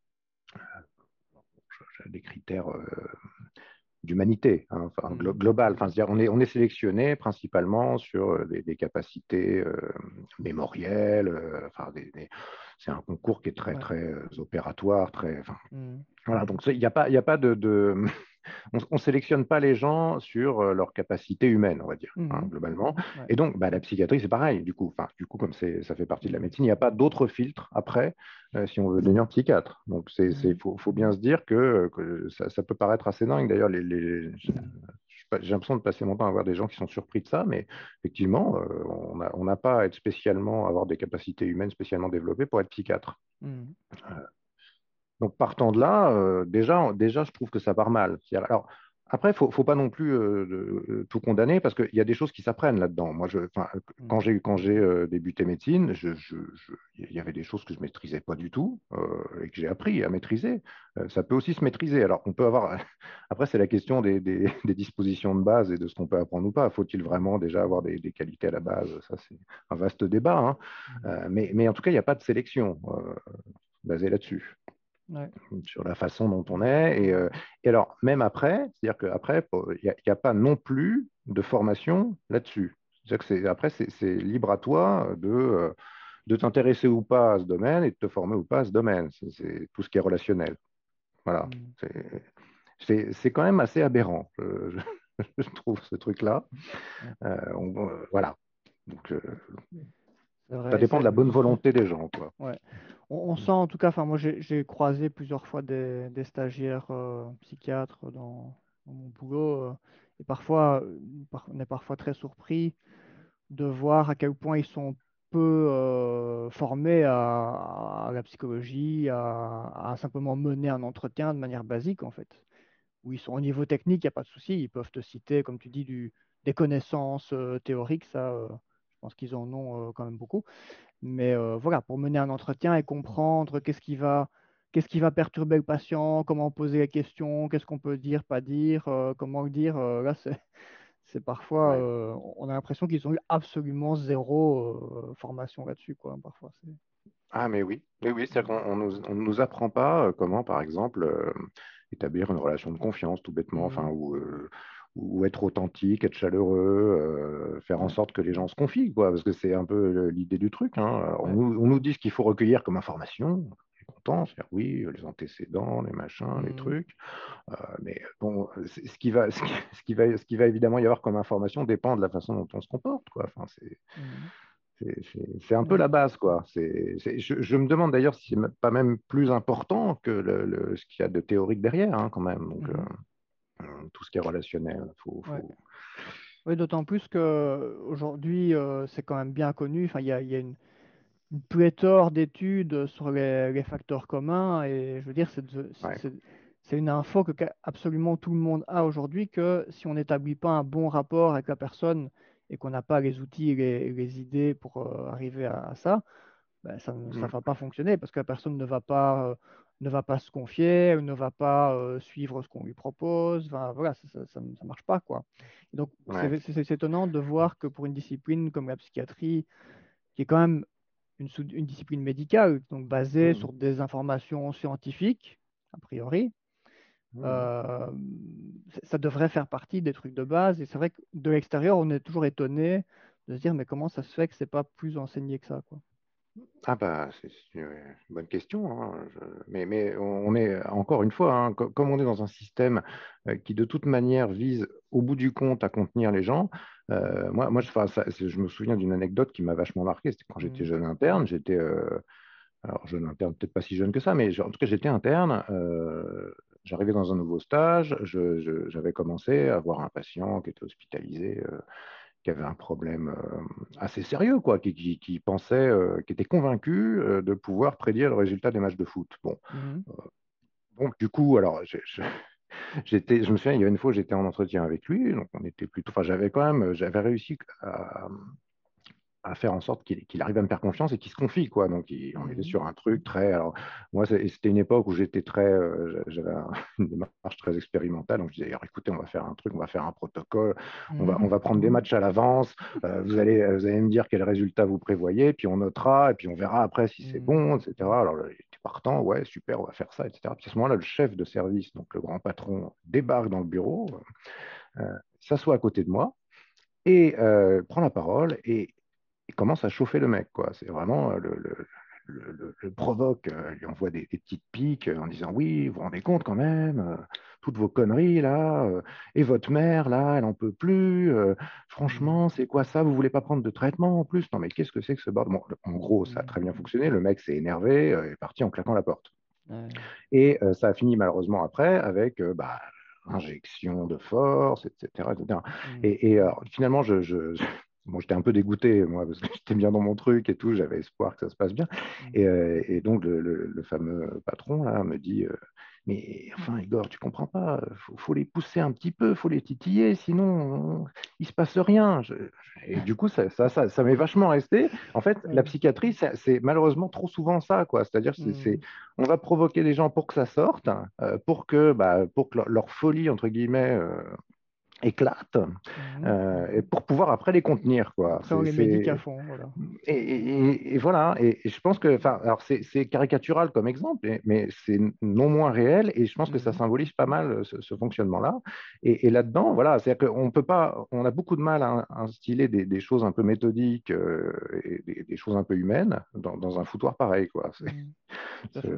des critères euh, d'humanité, hein, enfin, glo- Mhm. global. Enfin, c'est-à-dire, on est, on est sélectionné principalement sur euh, des, des capacités euh, mémorielles. euh, enfin, des- des- c'est un concours qui est très, Ouais. très euh, opératoire, très. Enfin, Mhm. voilà, donc il n'y a pas, il y a pas de, de, on ne sélectionne pas les gens sur euh, leur capacité humaine, on va dire, hein, Mhm. globalement. Ouais. Et donc, bah, la psychiatrie, c'est pareil. Du coup, enfin, du coup, comme c'est, ça fait partie de la médecine, il n'y a pas d'autre filtre après euh, si on veut devenir psychiatre. Donc, c'est, c'est, Mhm. faut, faut bien se dire que, que ça, ça peut paraître assez dingue. D'ailleurs, les, les- je- je- j'ai l'impression de passer mon temps à voir des gens qui sont surpris de ça, mais effectivement, euh, on n'a on n'a pas à être spécialement, avoir des capacités humaines spécialement développées pour être psychiatre. Mhm. Donc partant de là, euh, déjà, déjà, je trouve que ça part mal. C'est-à-dire- Alors, après, il ne faut, faut pas non plus euh, de- euh, tout condamner parce qu'il y a des choses qui s'apprennent là-dedans. Moi, je, enfin, quand Mhm. j'ai, quand j'ai euh, débuté médecine, je, je- je- il y avait des choses que je ne maîtrisais pas du tout euh, et que j'ai appris à maîtriser. Euh, ça peut aussi se maîtriser. Alors, on peut avoir. Après, c'est la question des, des- des dispositions de base et de ce qu'on peut apprendre ou pas. Faut-il vraiment déjà avoir des, des qualités à la base? Ça, c'est un vaste débat, hein. Euh, mais, mais en tout cas, il n'y a pas de sélection euh, basée là-dessus Ouais. sur la façon dont on est. Et, euh, et alors, même après, c'est-à-dire qu'après, il n'y a, il y a pas non plus de formation là-dessus. C'est-à-dire que c'est, après, c'est c'est libre à toi de, euh, de t'intéresser ou pas à ce domaine et de te former ou pas à ce domaine. C'est c'est tout ce qui est relationnel. Voilà. Mhm. C'est c'est- c'est quand même assez aberrant, je, je- je trouve, ce truc-là. Ouais. Euh, on- euh, voilà. Donc, euh, C'est ça vrai. dépend de C'est... la bonne volonté des gens, quoi. Ouais. On, on sent en tout cas, enfin moi j'ai j'ai croisé plusieurs fois des, des stagiaires euh, psychiatres dans, dans mon boulot, euh, et parfois euh, par- on est parfois très surpris de voir à quel point ils sont peu euh, formés à, à la psychologie, à, à simplement mener un entretien de manière basique en fait. Où ils sont au niveau technique, il n'y a pas de souci, ils peuvent te citer, comme tu dis, du, des connaissances euh, théoriques, ça, euh, je pense qu'ils en ont euh, quand même beaucoup. Mais euh, voilà, pour mener un entretien et comprendre qu'est-ce qui va, qu'est-ce qui va perturber le patient, comment poser les questions, qu'est-ce qu'on peut dire, pas dire, euh, comment le dire, euh, là, c'est, c'est parfois, Ouais. euh, on a l'impression qu'ils ont eu absolument zéro euh, formation là-dessus, quoi, parfois. C'est... Ah, mais oui, oui, oui, c'est-à-dire qu'on on nous, on nous apprend pas euh, comment, par exemple, euh, établir une relation de confiance, tout bêtement, enfin, Mhm. ou, euh, ou être authentique, être chaleureux, euh, faire en Ouais. sorte que les gens se confient, quoi, parce que c'est un peu euh, l'idée du truc, hein. Alors, On Ouais. nous, on nous dit ce qu'il faut recueillir comme information, on est content, c'est-à-dire oui, les antécédents, les machins, les Mhm. trucs, euh, mais bon, c'est- ce qui va, ce qui, ce qui va, ce qui va évidemment y avoir comme information dépend de la façon dont on se comporte, quoi. Enfin, c'est Mhm. C'est c'est- c'est un peu Ouais. la base, quoi. C'est, c'est- je, je me demande d'ailleurs si c'est m- pas même plus important que le, le- ce qu'il y a de théorique derrière, hein, quand même. Donc, euh, Mhm. euh, tout ce qui est relationnel, faut, Ouais. faut... Oui, d'autant plus que aujourd'hui, euh, c'est quand même bien connu. Enfin, il y a, il y a une, une pléthore d'études sur les, les facteurs communs. Et je veux dire, c'est de- Ouais, c'est- c'est une info que qu'a- absolument tout le monde a aujourd'hui, que si on n'établit pas un bon rapport avec la personne et qu'on n'a pas les outils et les, les idées pour euh, arriver à, à ça, ben, ça ne ça mm, va pas fonctionner parce que la personne ne va pas, euh, ne va pas se confier, elle ne va pas euh, suivre ce qu'on lui propose. Enfin, voilà, ça ne marche pas, quoi. Et donc, ouais, c'est c'est- c'est étonnant de voir que pour une discipline comme la psychiatrie, qui est quand même une, sous- une discipline médicale, donc basée mm, sur des informations scientifiques, a priori, mm. euh, ça ça devrait faire partie des trucs de base. Et c'est vrai que de l'extérieur, on est toujours étonné de se dire, mais comment ça se fait que c'est pas plus enseigné que ça, quoi. Ah bah, c'est c'est une bonne question, hein. Je- mais, mais on est, encore une fois, hein, co- comme on est dans un système euh, qui de toute manière vise au bout du compte à contenir les gens, euh, moi, moi je, enfin, ça- c'est- je me souviens d'une anecdote qui m'a vachement marqué, c'était quand j'étais Mhm. jeune interne, j'étais, euh, alors jeune interne, peut-être pas si jeune que ça, mais je- en tout cas j'étais interne, euh, j'arrivais dans un nouveau stage, je- je- j'avais commencé à voir un patient qui était hospitalisé, euh, qui avait un problème euh, assez sérieux, quoi, qui, qui, qui pensait, euh, qui était convaincu euh, de pouvoir prédire le résultat des matchs de foot. Bon, Mhm. bon du coup, alors, j'ai- je, j'étais, je me souviens, il y a une fois, j'étais en entretien avec lui, donc on était plutôt, enfin, j'avais quand même, j'avais réussi à, à faire en sorte qu'il qu'il arrive à me faire confiance et qu'il se confie, quoi. Donc, il- on était Mhm. sur un truc très. Alors, moi, c'est- c'était une époque où j'étais très. euh, j'avais un- une démarche très expérimentale. Donc, je disais, alors, écoutez, on va faire un truc, on va faire un protocole, on va, on Mhm. va prendre des matchs à l'avance, euh, vous allez, vous allez me dire quel résultat vous prévoyez, puis on notera, et puis on verra après si c'est Mhm. bon, et cetera. Alors, là, il était partant, ouais, super, on va faire ça, et cetera. Puis à ce moment-là, le chef de service, donc le grand patron, débarque dans le bureau, euh, s'assoit à côté de moi et euh, prend la parole et il commence à chauffer le mec, quoi. C'est vraiment euh, le, le, le, le- le provoque, euh, lui envoie des, des petites piques euh, en disant oui, vous vous rendez compte quand même, euh, toutes vos conneries là, euh, et votre mère là, elle en peut plus. Euh, Mhm. franchement, c'est quoi ça? Vous voulez pas prendre de traitement en plus? Non, mais qu'est-ce que c'est que ce bordel? Bon, le- en gros, ça a très bien Mhm. fonctionné. Le mec s'est énervé, euh, est parti en claquant la porte. Ouais. Et euh, ça a fini malheureusement après avec euh, bah, injection de force, et cetera, et cetera. Mhm. Et, et, euh, finalement, je, je, je- bon, j'étais un peu dégoûté, moi, parce que j'étais bien dans mon truc et tout, j'avais espoir que ça se passe bien. Et, Mhm. euh, et donc, le, le- le fameux patron, là, me dit, euh, mais enfin, Igor, tu comprends pas, faut, faut les pousser un petit peu, faut les titiller, sinon, on- il se passe rien. Je- et du coup, ça, ça, ça, ça m'est vachement resté. En fait, la Ouais. psychiatrie, c'est c'est malheureusement trop souvent ça, quoi. C'est-à-dire, c'est c'est- Mhm. on va provoquer les gens pour que ça sorte, euh, pour que, bah, pour que leur, leur folie, entre guillemets, euh, éclate, Mhm. euh, et pour pouvoir après les contenir, quoi. Après, on C'est, les médique à c'est- fond, voilà. Et, et- et voilà, et, et je pense que, enfin, alors c'est c'est caricatural comme exemple, mais, mais c'est non moins réel, et je pense que ça Mhm. symbolise pas mal euh, ce, ce fonctionnement-là. Et, et là-dedans, voilà, c'est-à-dire qu'on peut pas, on a beaucoup de mal à, à instiller des, des choses un peu méthodiques euh, et des, des choses un peu humaines dans, dans un foutoir pareil, quoi. C'est, Mhm. Tout à c'est- fait.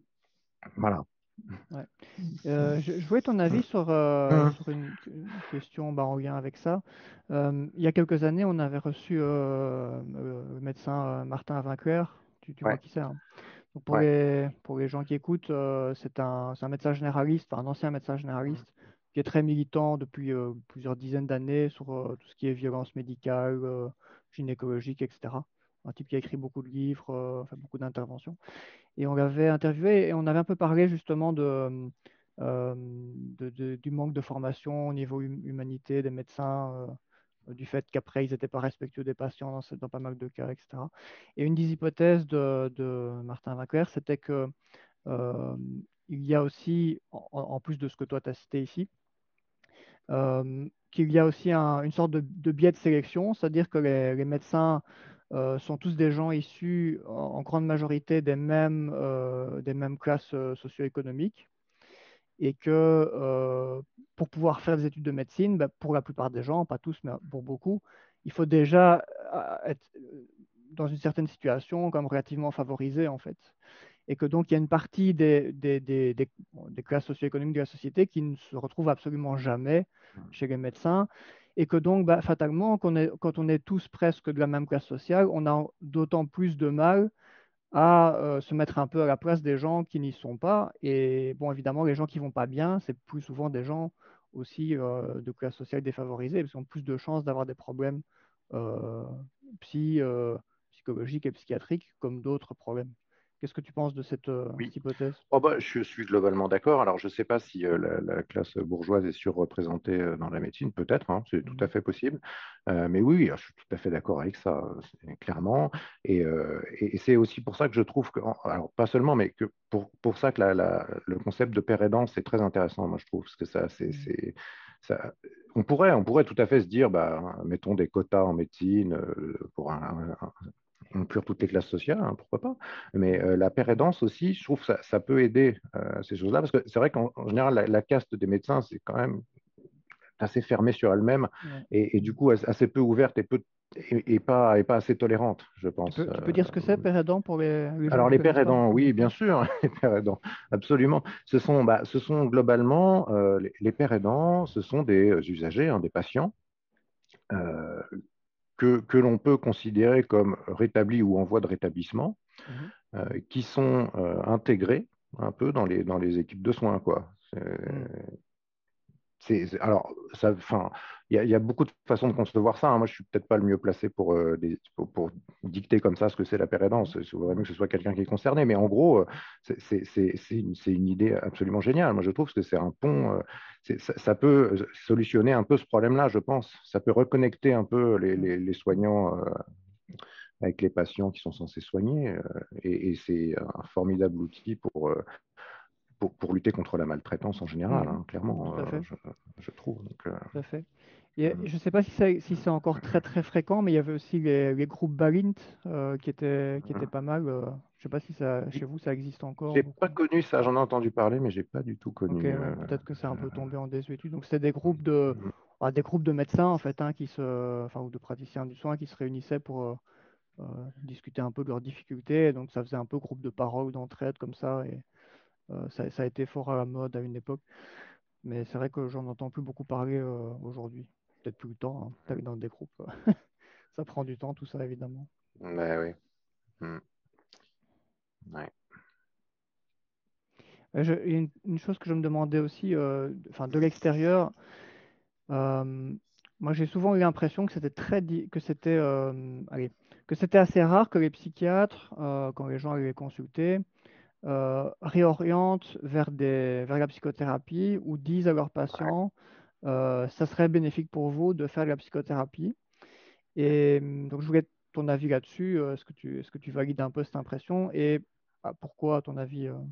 voilà. Ouais. Euh, je, je voulais ton avis sur, euh, Hum, sur une, une question bah, en lien avec ça. Euh, il y a quelques années, on avait reçu euh, euh, le médecin euh, Martin Vainqueur. Tu, tu vois ouais, qui c'est, hein. Donc pour ouais. les, pour les gens qui écoutent, euh, c'est un, c'est un médecin généraliste, enfin, un ancien médecin généraliste, qui est très militant depuis euh, plusieurs dizaines d'années sur euh, tout ce qui est violence médicale, euh, gynécologique, et cetera. Un type qui a écrit beaucoup de livres, euh, fait beaucoup d'interventions. Et on l'avait interviewé et on avait un peu parlé justement de, euh, de- de- du manque de formation au niveau hum- humanité des médecins, euh, du fait qu'après ils n'étaient pas respectueux des patients dans, ce- dans pas mal de cas, et cetera. Et une des hypothèses de, de Martin Vainqueur, c'était que euh, il y a aussi, en, en plus de ce que toi tu as cité ici, euh, qu'il y a aussi un- une sorte de, de biais de sélection, c'est-à-dire que les, les médecins euh, sont tous des gens issus en, en grande majorité des mêmes, euh, des mêmes classes euh, socio-économiques et que euh, pour pouvoir faire des études de médecine, bah, pour la plupart des gens, pas tous, mais pour beaucoup, il faut déjà euh, être euh, dans une certaine situation comme relativement favorisé en fait. Et que donc il y a une partie des, des, des, des- bon, des classes socio-économiques de la société qui ne se retrouvent absolument jamais chez les médecins et que donc, bah, fatalement, qu'on est- quand on est tous presque de la même classe sociale, on a d'autant plus de mal à euh, se mettre un peu à la place des gens qui n'y sont pas. Et bon, évidemment, les gens qui vont pas bien, c'est plus souvent des gens aussi euh, de classe sociale défavorisée, parce qu'ils ont plus de chances d'avoir des problèmes euh, psy, euh, psychologiques et psychiatriques comme d'autres problèmes. Qu'est-ce que tu penses de cette, euh, Oui. cette hypothèse? Oh bah, je suis globalement d'accord. Alors, je ne sais pas si euh, la, la classe bourgeoise est surreprésentée euh, dans la médecine, peut-être, hein, c'est tout à Mhm. fait possible. Euh, mais oui, oui, je suis tout à fait d'accord avec ça, c'est- clairement. Et, euh, et- et c'est aussi pour ça que je trouve que, alors pas seulement, mais que pour, pour ça que la- la- le concept de père aidant, c'est très intéressant, moi je trouve, parce que ça, c'est, Mhm. c'est- ça, on pourrait, on pourrait tout à fait se dire, bah, mettons des quotas en médecine euh, pour un, inclure toutes les classes sociales, hein, pourquoi pas. Mais Mhm. euh, la pérédance aussi, je trouve que ça, ça peut aider euh, ces choses-là, parce que c'est vrai qu'en en général, la, la caste des médecins, c'est quand même assez fermée sur elle-même Ouais. et, et du Mhm. coup as- assez peu ouverte et, peu, et, et pas, et pas assez tolérante, je Tu pense. peux, tu peux Euh, dire ce que c'est, père aidant, pour les, les gens alors qui ne les pères connaissent pas? aidants, oui, bien Ouais. sûr, les pères aidants, absolument. Ce sont, bah, ce sont globalement, euh, les, les pères aidants, ce sont des euh, usagers, hein, des patients euh, que, que l'on peut considérer comme rétablis ou en voie de rétablissement Mhm. euh, qui sont euh, intégrés un peu dans les, dans les équipes de soins, quoi. Mhm. C'est, c'est- alors, ça, enfin, il y, a il y a beaucoup de façons de concevoir ça, hein. Moi, je suis peut-être pas le mieux placé pour, euh, des- pour, pour dicter comme ça ce que c'est la pérédance. Il vaudrait mieux que ce soit quelqu'un qui est concerné. Mais en gros, euh, c'est c'est- c'est- c'est une, c'est une idée absolument géniale. Moi, je trouve que c'est un pont. euh, c'est- ça, ça peut solutionner un peu ce problème-là, je pense. Ça peut reconnecter un peu les, Mhm. les- les soignants euh, avec les patients qui sont censés soigner. euh, et et c'est un formidable outil pour, euh, pour, pour lutter contre la maltraitance en général, Mhm. hein, clairement, Tout euh, à fait. je, je trouve. Donc, euh, Tout à fait. Et mm, je ne sais pas si c'est si c'est encore très très fréquent, mais il y avait aussi les, les groupes Balint euh, qui étaient, qui étaient mm. pas mal. euh, je ne sais pas si ça, chez Oui. vous ça existe encore J'ai pas beaucoup. connu ça, j'en ai entendu parler, mais j'ai pas du tout Ok, connu. ouais, euh, peut-être que c'est un je- peu tombé en désuétude. Donc c'était des groupes de, mm, ah, des groupes de médecins en fait, hein, qui se, enfin, ou de praticiens du soin qui se réunissaient pour euh, euh, discuter un peu de leurs difficultés. Et donc ça faisait un peu groupe de parole, d'entraide comme ça. Et euh, ça, ça a été fort à la mode à une époque. Mais c'est vrai que j'en entends plus beaucoup parler euh, aujourd'hui. Peut-être plus le temps hein, d'aller dans des groupes. Ça prend du temps, tout ça, évidemment. bah oui. Mm, ouais. Euh, je- il y a une, une chose que je me demandais aussi, euh, enfin, de l'extérieur, euh, moi j'ai souvent eu l'impression que c'était très, di- que c'était, euh, allez, que c'était assez rare que les psychiatres, euh, quand les gens allaient les consulter, euh, réorientent vers des, vers la psychothérapie ou disent à leurs Ouais. patients, euh, ça serait bénéfique pour vous de faire de la psychothérapie. Et hum, donc, je voulais ton avis là-dessus. euh, Est-ce que tu, est-ce que tu valides un peu cette impression? Et ah, pourquoi, à ton avis? euh,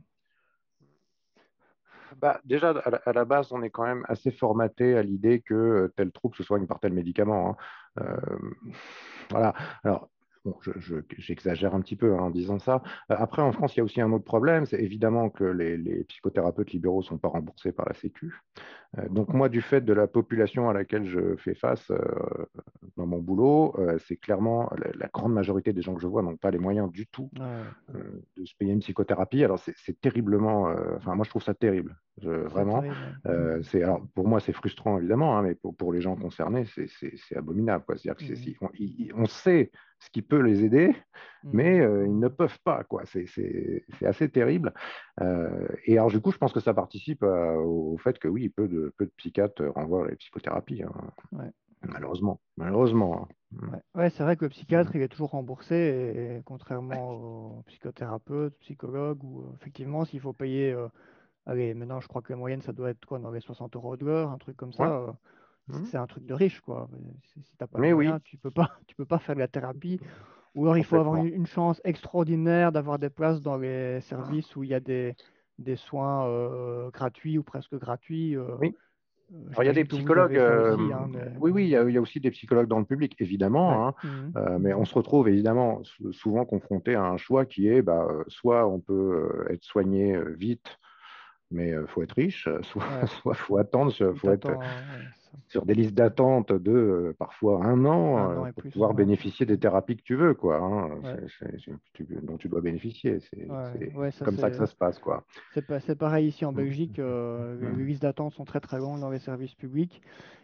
Bah, déjà, à la, à la base, on est quand même assez formaté à l'idée que euh, tel trouble se soigne par tel médicament, hein. Mhm. Euh, voilà. Alors, bon, je- je- j'exagère un petit peu hein, en disant ça. Euh, Après, en France, il y a aussi un autre problème, c'est évidemment que les, les psychothérapeutes libéraux ne sont pas remboursés par la Sécu. Euh, donc moi, du fait de la population à laquelle je fais face euh, dans mon boulot, euh, c'est clairement la, la grande majorité des gens que je vois n'ont pas les moyens du tout Ouais, euh, de se payer une psychothérapie. Alors c'est c'est terriblement, euh, enfin moi je trouve ça terrible, Je- c'est vraiment. terrible. Ouais. Euh, c'est alors pour moi c'est frustrant évidemment, hein, mais pour, pour les gens concernés c'est c'est- c'est abominable, quoi. C'est-à-dire que c'est- Mhm. si- on, il- on sait ce qui peut les aider, mais Mhm. euh, ils ne peuvent pas, quoi. C'est c'est- c'est assez terrible. Euh, et alors du coup je pense que ça participe euh, au fait que oui, peu de peu de psychiatres renvoient à la psychothérapie, hein, Ouais. malheureusement, malheureusement, hein. Ouais. Ouais, c'est vrai que le Mm. psychiatre, il est toujours remboursé, et, et contrairement aux psychothérapeutes, psychologues, où euh, effectivement, s'il faut payer, euh, allez, maintenant, je crois que la moyenne, ça doit être quoi, dans les soixante euros de l'heure, un truc comme ça. Ouais. euh, c'est Mm. c'est un truc de riche, quoi. Si, si t'as pas de Mais oui, moyens, tu peux pas, tu peux pas faire de la thérapie. Ou alors il faut avoir une, complètement. une chance extraordinaire d'avoir des places dans les services où il y a des, des soins euh, gratuits ou presque gratuits. euh, Oui. euh, Alors, il y a des j'imagine que vous psychologues, avez ça euh, aussi, hein, mais oui, oui, il y, a, il y a aussi des psychologues dans le public, ouais. évidemment, hein. Mhm. Euh, mais on se retrouve évidemment sou- souvent confronté à un choix qui est, bah, euh, soit on peut euh, être soigné euh, vite, mais il faut être riche, euh, soit Ouais. soit faut attendre, il Ou faut être t'attends, ouais, ça. sur des listes d'attente de euh, parfois un an Un euh, an et pour plus. pouvoir Ouais. bénéficier des thérapies que tu veux, quoi, hein. Ouais. C'est- c'est- c'est- tu- dont tu dois bénéficier. C'est Ouais. c'est- Ouais, c'est ça comme ça que c'est ça se passe, quoi. c'est pas- c'est pareil ici en Mm, Belgique. euh, les mm, listes d'attente sont très très longues dans les services publics.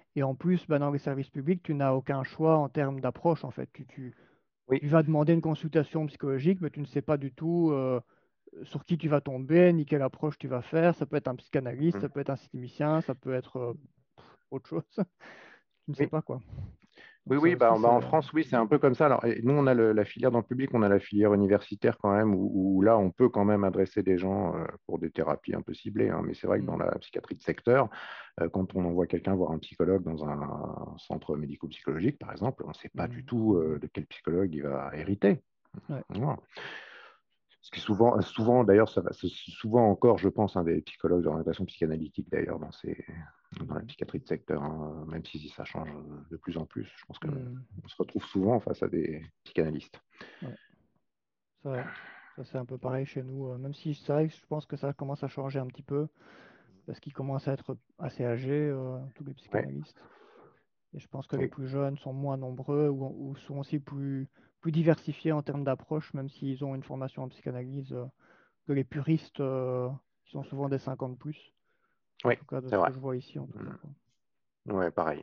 Et en plus, bah, dans les services publics, tu n'as aucun choix en termes d'approche, en fait. Tu, tu, Oui. tu vas demander une consultation psychologique, mais tu ne sais pas du tout euh, sur qui tu vas tomber, ni quelle approche tu vas faire. Ça peut être un psychanalyste, Mm. ça peut être un systémicien, ça peut être euh, autre chose. Tu ne sais Oui. pas quoi. Oui, Donc ça oui, bah, aussi, bah, en c'est... France, oui, c'est un peu comme ça. Alors, et nous, on a le- la filière dans le public, on a la filière universitaire quand même, où, où là, on peut quand même adresser des gens euh, pour des thérapies un peu ciblées, hein. Mais c'est vrai que dans Hmm. la psychiatrie de secteur, euh, quand on envoie quelqu'un voir un psychologue dans un centre médico-psychologique, par exemple, on ne sait pas du Hmm. tout euh, de quel psychologue il va hériter. Ouais. Voilà. Ce qui est souvent, souvent d'ailleurs, ça va, c'est souvent encore, je pense, un des psychologues d'orientation psychanalytique d'ailleurs dans, ces, dans la Hmm. psychiatrie de secteur, hein, même si ça change de plus en plus. Je pense Hmm. qu'on se retrouve souvent face à des psychanalystes. Ouais. C'est vrai. Ça, c'est un peu pareil chez nous. euh, Même si c'est vrai que je pense que ça commence à changer un petit peu, parce qu'ils commencent à être assez âgés, euh, tous les Ouais, psychanalystes. Et je pense que les oui. plus jeunes sont moins nombreux ou, ou sont aussi plus, plus diversifiés en termes d'approche, même s'ils ont une formation en psychanalyse, euh, que les puristes, euh, qui sont souvent des cinquante plus, en Oui, tout cas de c'est ce vrai. que je vois ici, en tout cas, Mm. quoi. Ouais, pareil.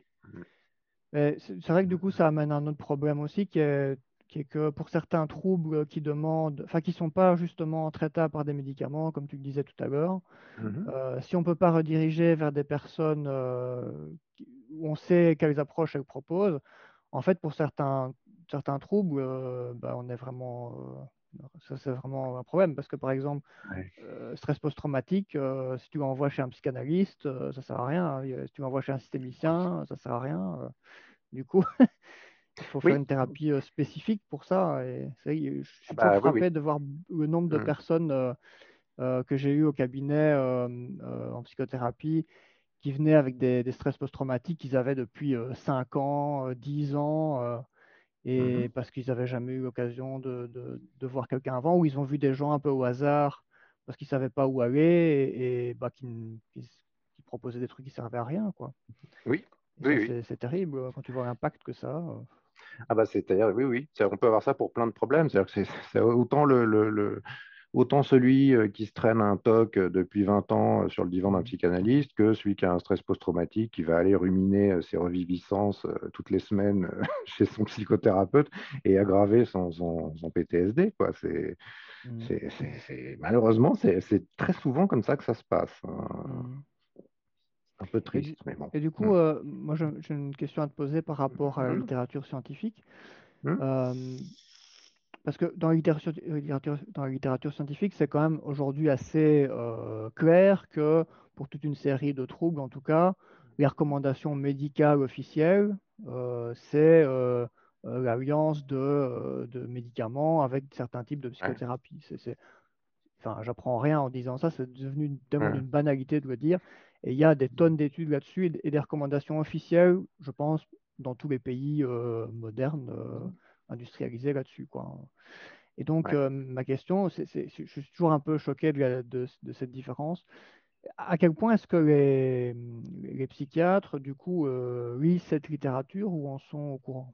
Mais c'est c'est vrai que du coup, ça amène un autre problème aussi, qui est, qui est que pour certains troubles qui demandent, enfin, qui sont pas justement traitables par des médicaments, comme tu le disais tout à l'heure, Mhm. euh, si on peut pas rediriger vers des personnes euh, qui- où on sait quelles approches elles proposent, en fait, pour certains, certains troubles, euh, bah, on est vraiment, euh, ça c'est vraiment un problème parce que par exemple, Ouais. euh, stress post-traumatique, euh, si tu l'envoies chez un psychanalyste, euh, ça sert à rien, hein. Si tu l'envoies chez un systémicien, ça sert à rien. euh. Du coup, il faut faire Oui, une thérapie euh, spécifique pour ça. Et c'est vrai que je ah suis toujours bah, oui, oui. frappé de voir le nombre de Mm. personnes euh, euh, que j'ai eues au cabinet euh, euh, en psychothérapie qui venaient avec des, des stress post-traumatiques qu'ils avaient depuis euh, cinq ans, euh, dix ans. euh, et Mhm. parce qu'ils n'avaient jamais eu l'occasion de, de- de voir quelqu'un avant, ou ils ont vu des gens un peu au hasard parce qu'ils ne savaient pas où aller et, et, bah, qui, n- qui s- qui proposaient des trucs qui servaient à rien, quoi. Oui, Et oui, ça, oui. c'est c'est terrible euh, quand tu vois l'impact que ça a. euh. Ah bah, c'est-à-dire, oui, oui. C'est- On peut avoir ça pour plein de problèmes. C'est-à-dire que c'est c'est autant le, le, le- autant celui euh, qui se traîne un toc euh, depuis vingt ans euh, sur le divan d'un Mm. psychanalyste que celui qui a un stress post-traumatique qui va aller ruminer euh, ses reviviscences euh, toutes les semaines euh, chez son psychothérapeute et aggraver son, son, son P T S D, quoi. C'est, Mm. c'est, c'est- c'est- Malheureusement, c'est c'est très souvent comme ça que ça se passe, hein. Mm. Un peu Et du, triste, mais bon. et du Mm. coup, euh, moi, j'ai j'ai une question à te poser par rapport à la Mm. littérature scientifique. Mm. Euh, Parce que dans la littérature, euh, littérature- dans la littérature scientifique, c'est quand même aujourd'hui assez euh, clair que pour toute une série de troubles, en tout cas, les recommandations médicales officielles, euh, c'est euh, euh, l'alliance de, euh, de médicaments avec certains types de Ouais. psychothérapie. C'est, c'est- enfin, j'apprends rien en disant ça, c'est devenu tellement Mm. d'une banalité de le dire. Et il y a des tonnes d'études là-dessus et, et des recommandations officielles, je pense, dans tous les pays euh, modernes, euh, industrialisés là-dessus, quoi. Et donc, Ouais. euh, ma question, c'est, c'est- je suis toujours un peu choqué de, la- de- de cette différence. À quel point est-ce que les, les psychiatres, du coup, euh, lisent cette littérature ou en sont au courant,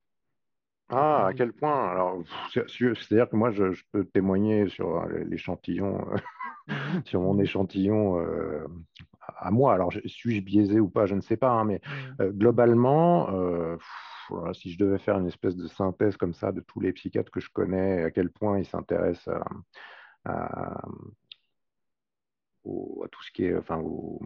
à ton Ah, à avis? quel point? Alors, pff, c'est- c'est- c'est-à-dire que moi, je, je peux témoigner sur euh, l'échantillon, euh, Mhm, sur mon échantillon euh, à à moi. Alors, je- suis-je biaisé ou pas? Je ne sais pas, hein, mais mhm, euh, globalement, euh, pff, voilà, si je devais faire une espèce de synthèse comme ça de tous les psychiatres que je connais, à quel point ils s'intéressent à, à- au- à tout ce qui est, enfin, au-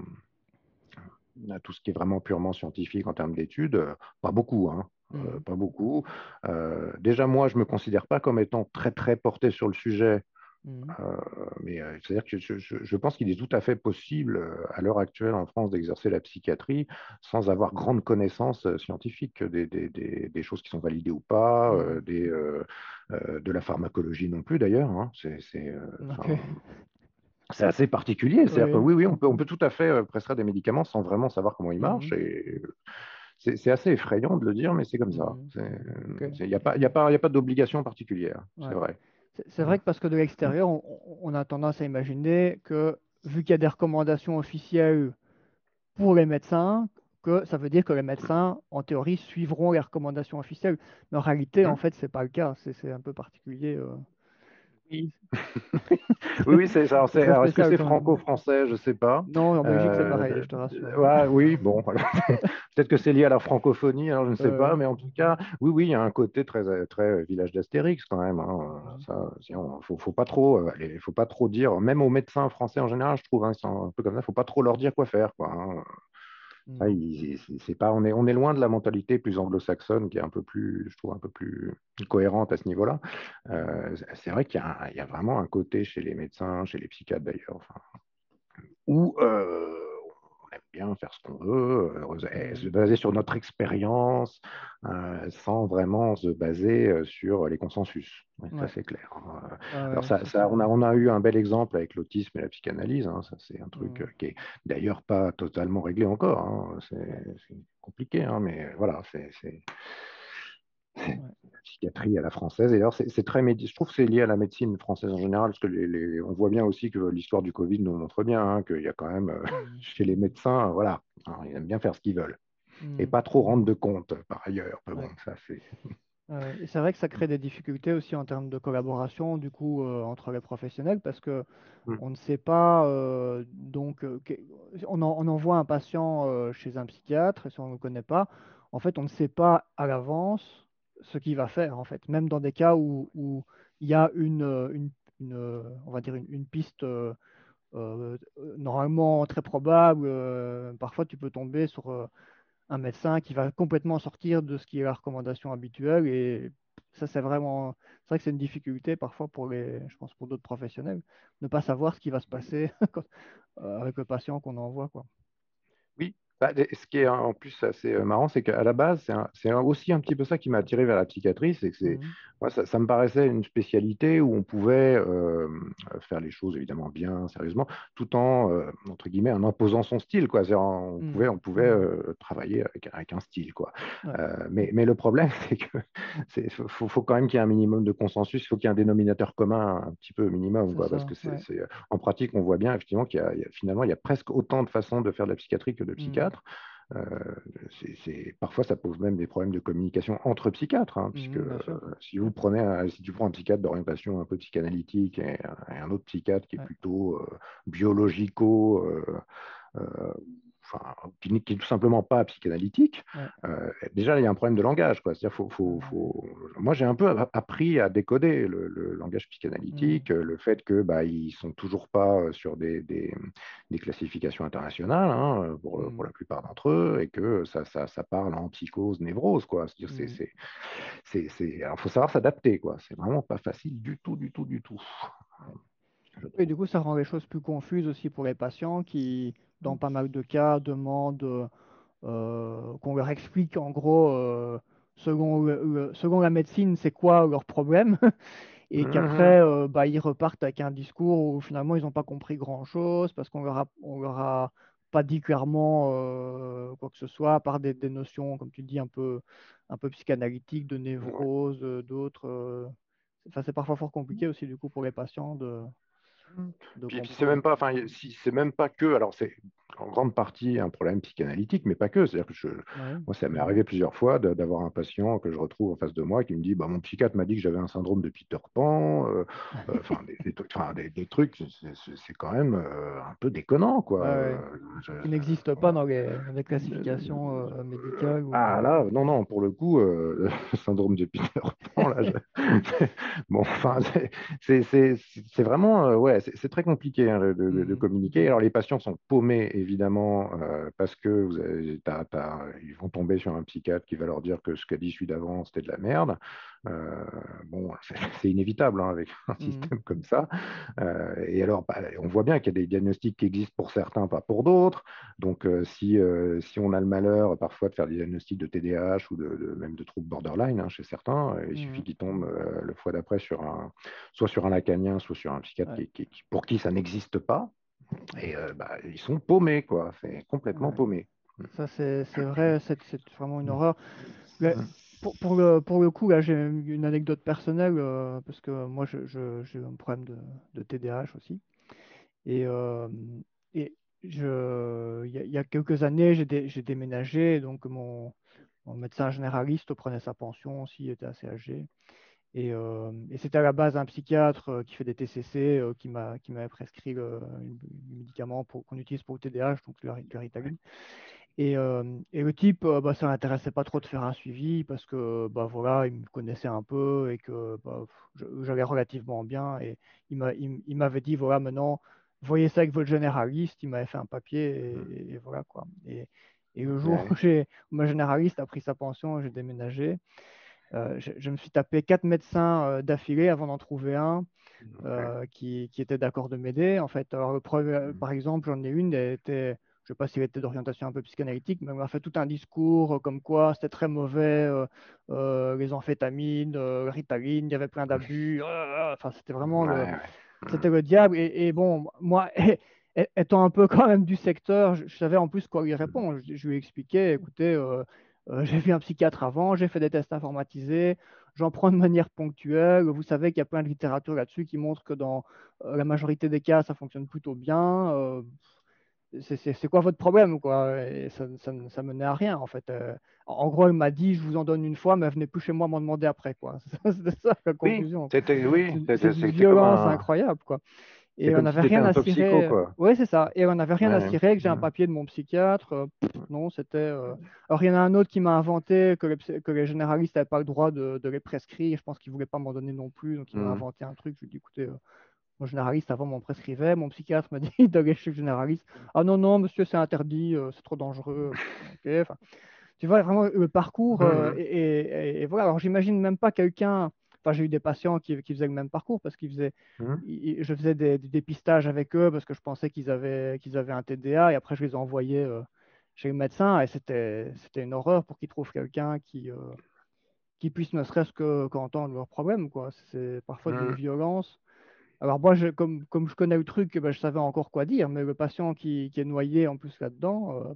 à tout ce qui est vraiment purement scientifique en termes d'études, euh, pas beaucoup, hein. Euh, mhm, pas beaucoup. Euh, déjà, moi, je me considère pas comme étant très, très porté sur le sujet. mhm, Euh, mais euh, c'est-à-dire que je, je- je pense qu'il est tout à fait possible euh, à l'heure actuelle en France d'exercer la psychiatrie sans avoir grande connaissance euh, scientifique des, des- des- des choses qui sont validées ou pas, mhm. euh, des, euh, euh, de la pharmacologie non plus d'ailleurs, hein. C'est, c'est, euh, Ok. enfin, c'est assez particulier. C'est-à-dire que Oui. oui, oui, on peut, on peut tout à fait euh, prescrire des médicaments sans vraiment savoir comment ils marchent. Mhm, Et c'est c'est assez effrayant de le dire, mais c'est comme ça. mhm. Ok. Il n'y a pas, y a pas, y a pas d'obligation particulière, c'est Ouais. vrai. C'est c'est vrai que parce que de Mm. l'extérieur, on, on a tendance à imaginer que vu qu'il y a des recommandations officielles pour les médecins, que ça veut dire que les médecins, en théorie, suivront les recommandations officielles. Mais en réalité, en Mm. fait, c'est pas le cas. C'est c'est un peu particulier. euh. Oui, Oui, oui, c'est ça. Alors, c'est c'est- très alors, est-ce que spécial c'est quand même. franco-français? Je sais pas. Non, en Belgique, c'est Euh, pareil, de- je te de- rassure. ouais, oui, bon, voilà. Peut-être que c'est lié à la francophonie, alors je ne sais Euh, pas, mais en tout cas, oui, oui, il y a un côté très, euh, très euh, village d'Astérix quand même, hein. voilà. Ça, si on- faut, faut pas trop, euh, allez, faut pas trop dire, même aux médecins français en général, je trouve, hein, ils sont un peu comme ça, faut pas trop leur dire quoi faire, quoi, hein. Ça, Mm. il- c'est c'est pas, on est, on est loin de la mentalité plus anglo-saxonne qui est un peu plus, je trouve, un peu plus cohérente à ce niveau-là. Mm. Euh, c'est vrai qu'il y a, un- il y a vraiment un côté chez les médecins, chez les psychiatres d'ailleurs, enfin, où euh, on aime bien faire ce qu'on veut, euh, se Mm. baser sur notre expérience, euh, sans vraiment se baser euh, sur les consensus. Ouais, ça, Ouais, c'est clair, hein. ouais, Alors, ouais, ça, ça c'est ça, on vrai. a, on a eu un bel exemple avec l'autisme et la psychanalyse, hein. Ça, c'est un truc euh, Mm. qui est d'ailleurs pas totalement réglé encore, hein. Ouais, C'est c'est compliqué, hein, mais voilà, c'est c'est- ouais. la psychiatrie à la française. Et d'ailleurs, c'est c'est très médi- je trouve que c'est lié à la médecine française en général, parce que les, les- on voit bien aussi que l'histoire du Covid nous montre bien, hein, qu'il y a quand même, euh, Mm. chez les médecins, voilà, hein, ils aiment bien faire ce qu'ils veulent. Et Mm. pas trop rendre de compte, par ailleurs. Mais bon, Ouais. ça, c'est. Ouais. Et c'est vrai que ça crée des difficultés aussi en termes de collaboration, du coup, euh, entre les professionnels, parce que Mm. on ne sait pas, euh, donc, euh, que- on, en- on envoie un patient euh, chez un psychiatre, et si on ne le connaît pas, en fait, on ne sait pas à l'avance ce qu'il va faire, en fait. Même dans des cas où, où il y a une, euh, une, une, euh, on va dire une, une piste euh, euh, normalement très probable, euh, parfois tu peux tomber sur euh, un médecin qui va complètement sortir de ce qui est la recommandation habituelle, et ça, c'est vraiment, c'est vrai que c'est une difficulté parfois pour les, je pense pour d'autres professionnels, ne pas savoir ce qui va se passer quand- euh, avec le patient qu'on envoie, quoi. Oui, bah, et ce qui est en plus assez euh, marrant, c'est qu'à la base, c'est un- c'est un- aussi un petit peu ça qui m'a attiré vers la psychiatrie, c'est que c'est, Mhm. moi, ça, ça me paraissait une spécialité où on pouvait euh, faire les choses évidemment bien, sérieusement, tout en, euh, entre guillemets, en imposant son style, quoi. C'est-à-dire, on pouvait, Mhm. on pouvait euh, travailler avec, avec un style, quoi. Ouais, Euh, mais, mais le problème, c'est que c'est, faut, faut quand même qu'il y ait un minimum de consensus, il faut qu'il y ait un dénominateur commun un petit peu minimum, c'est quoi, parce ça, que c'est, ouais. c'est- en pratique, on voit bien effectivement qu'il y a, il y a- finalement, il y a presque autant de façons de faire de la psychiatrie que de Mhm. psychiatre. Euh, c'est, c'est- parfois, ça pose même des problèmes de communication entre psychiatres, hein, puisque Mhm, bien euh, sûr. si vous prenez un, si tu prends un psychiatre d'orientation un peu psychanalytique et, un et un autre psychiatre qui est Ouais. plutôt euh, biologico, euh, euh, enfin, qui, qui est tout simplement pas psychanalytique, Ouais. euh, déjà il y a un problème de langage, quoi. C'est-à-dire, faut, faut, Mhm. faut... Moi j'ai un peu appris à décoder le, le langage Mhm. psychanalytique, le fait que bah, ils sont toujours pas sur des, des, des classifications internationales, hein, pour, pour Mhm. la plupart d'entre eux, et que ça, ça, ça parle en psychose, névrose, quoi. C'est-à-dire, c'est, Mhm. c'est, c'est, c'est... Alors, faut savoir s'adapter, quoi. C'est vraiment pas facile du tout, du tout, du tout, Ouais. je Et trouve. du coup, ça rend les choses plus confuses aussi pour les patients qui, dans pas mal de cas, demandent euh, qu'on leur explique en gros, euh, selon, le- le- selon la médecine, c'est quoi leur problème, et Mhm. qu'après, euh, bah, ils repartent avec un discours où finalement ils n'ont pas compris grand-chose parce qu'on leur a, on leur a pas dit clairement euh, quoi que ce soit, à part des, des notions, comme tu dis, un peu, un peu psychanalytiques, de Ouais. névrose, euh, d'autres. euh. Enfin, c'est parfois fort compliqué aussi, du coup, pour les patients de, de Puis, puis c'est comprendre. même pas, enfin, si c'est même pas que, alors c'est en grande partie un problème psychanalytique, mais pas que. C'est-à-dire que je, Ouais. moi, ça m'est arrivé plusieurs fois de- d'avoir un patient que je retrouve en face de moi qui me dit, bah, mon psychiatre m'a dit que j'avais un syndrome de Peter Pan, euh, euh, enfin, des, des trucs, enfin, des, des trucs, c'est c'est- c'est quand même euh, un peu déconnant, Ouais, quoi. ouais. Euh, je- Qui n'existe pas dans les, dans les je- classifications euh, médicales ou. ah là, non, non, pour le coup, euh, le syndrome de Peter Pan, là, je- bon, enfin, c'est c'est- c'est- c'est vraiment, euh, ouais, c'est c'est très compliqué, hein, de, de- de Hmm. communiquer. Alors, les patients sont paumés, évidemment, euh, parce que vous avez- t'as- t'as- ils vont tomber sur un psychiatre qui va leur dire que ce qu'a dit celui d'avant, c'était de la merde. Euh, bon, c'est c'est inévitable, hein, avec un Hmm. système comme ça. Euh, et alors, bah, on voit bien qu'il y a des diagnostics qui existent pour certains, pas pour d'autres. Donc, euh, si, euh, si on a le malheur parfois de faire des diagnostics de T D A H ou de, de- même de troubles borderline, hein, chez certains, euh, il Hmm. suffit qu'ils tombent euh, le fois d'après sur un, soit sur un lacanien, soit sur un psychiatre Ouais, qui, qui- qui- pour qui ça n'existe pas. Et euh, bah, ils sont paumés, quoi. C'est complètement ouais. paumé. Ça, c'est c'est vrai, c'est c'est vraiment une Mm. horreur. Le- Mm. pour, pour le, pour le coup, là, j'ai une anecdote personnelle, euh, parce que moi, je, je- j'ai eu un problème de, de T D A H aussi. Et, euh, et je, il y, a il y a quelques années, j'ai dé- j'ai déménagé, donc mon, mon médecin généraliste prenait sa pension aussi, il était assez âgé. Et, euh, et c'était à la base un psychiatre euh, qui fait des T C C euh, qui m'a, qui m'avait prescrit le, le médicament pour, qu'on utilise pour le T D A H, donc le, le Ritaline. Et, euh, et le type, euh, bah, ça l'intéressait pas trop de faire un suivi parce que bah, voilà, il me connaissait un peu et que bah, je- j'allais relativement bien. Et il m'a, il, m- il m'avait dit, voilà, maintenant, voyez ça avec votre généraliste. Il m'avait fait un papier Mm. et, et voilà quoi. Et, et le jour où, Ouais. j'ai, où ma généraliste a pris sa pension, j'ai déménagé. Euh, je, je me suis tapé quatre médecins euh, d'affilée avant d'en trouver un Ouais. euh, qui, qui était d'accord de m'aider. En fait, alors, le premier, euh, Mm. par exemple, j'en ai une, elle était, je ne sais pas s'il était d'orientation un peu psychanalytique, mais elle m'a fait tout un discours euh, comme quoi c'était très mauvais, euh, euh, les amphétamines, euh, le Ritaline, il y avait plein d'abus. euh, Enfin, c'était vraiment le, Ouais, ouais. Mm. c'était le diable. Et, et bon, moi, étant un peu quand même du secteur, je, je savais en plus quoi lui répondre. Je, je lui ai expliqué, écoutez, euh, euh, j'ai vu un psychiatre avant, j'ai fait des tests informatisés, j'en prends de manière ponctuelle. Vous savez qu'il y a plein de littérature là-dessus qui montre que dans euh, la majorité des cas, ça fonctionne plutôt bien. Euh, c'est c'est- c'est quoi votre problème, quoi? Et ça, ça, ne- ça menait à rien, en fait. Euh, en gros, elle m'a dit, je vous en donne une fois, mais venez plus chez moi m'en demander après, quoi. C'était ça la Oui, conclusion. c'était oui, C'est c'est c'était d'une c'était comme violence un incroyable, quoi. c'est Et on comme si n'avait tu étais rien un à toxico, cirer. quoi. Oui, c'est ça. Et on n'avait rien à Ouais. cirer que j'ai un Mm. papier de mon psychiatre. Euh, pff, non, c'était. euh, Alors, il y en a un autre qui m'a inventé que les, psy- que les généralistes n'avaient pas le droit de, de les prescrire. Je pense qu'il ne voulait pas m'en donner non plus. Donc, il m'a Mm. inventé un truc. Je lui ai dit, écoutez, euh, mon généraliste avant m'en prescrivait. Mon psychiatre m'a dit d'aller chez le généraliste. Ah non, non, monsieur, c'est interdit. euh, c'est trop dangereux. Ok. Enfin, tu vois vraiment le parcours. euh, Mm. et, et- et voilà. Alors, j'imagine même pas quelqu'un. Enfin, j'ai eu des patients qui, qui faisaient le même parcours parce qu'ils faisaient. Mm. ils- Je faisais des, des dépistages avec eux parce que je pensais qu'ils avaient, qu'ils avaient un T D A et après, je les envoyais euh, chez le médecin et c'était, c'était une horreur pour qu'ils trouvent quelqu'un qui, euh, qui puisse ne serait-ce que qu'entendre leurs problèmes, quoi. C'est parfois d'une Mm. violence. Alors, moi, je- comme, comme je connais le truc, eh ben, je savais encore quoi dire, mais le patient qui, qui est noyé en plus là-dedans. euh,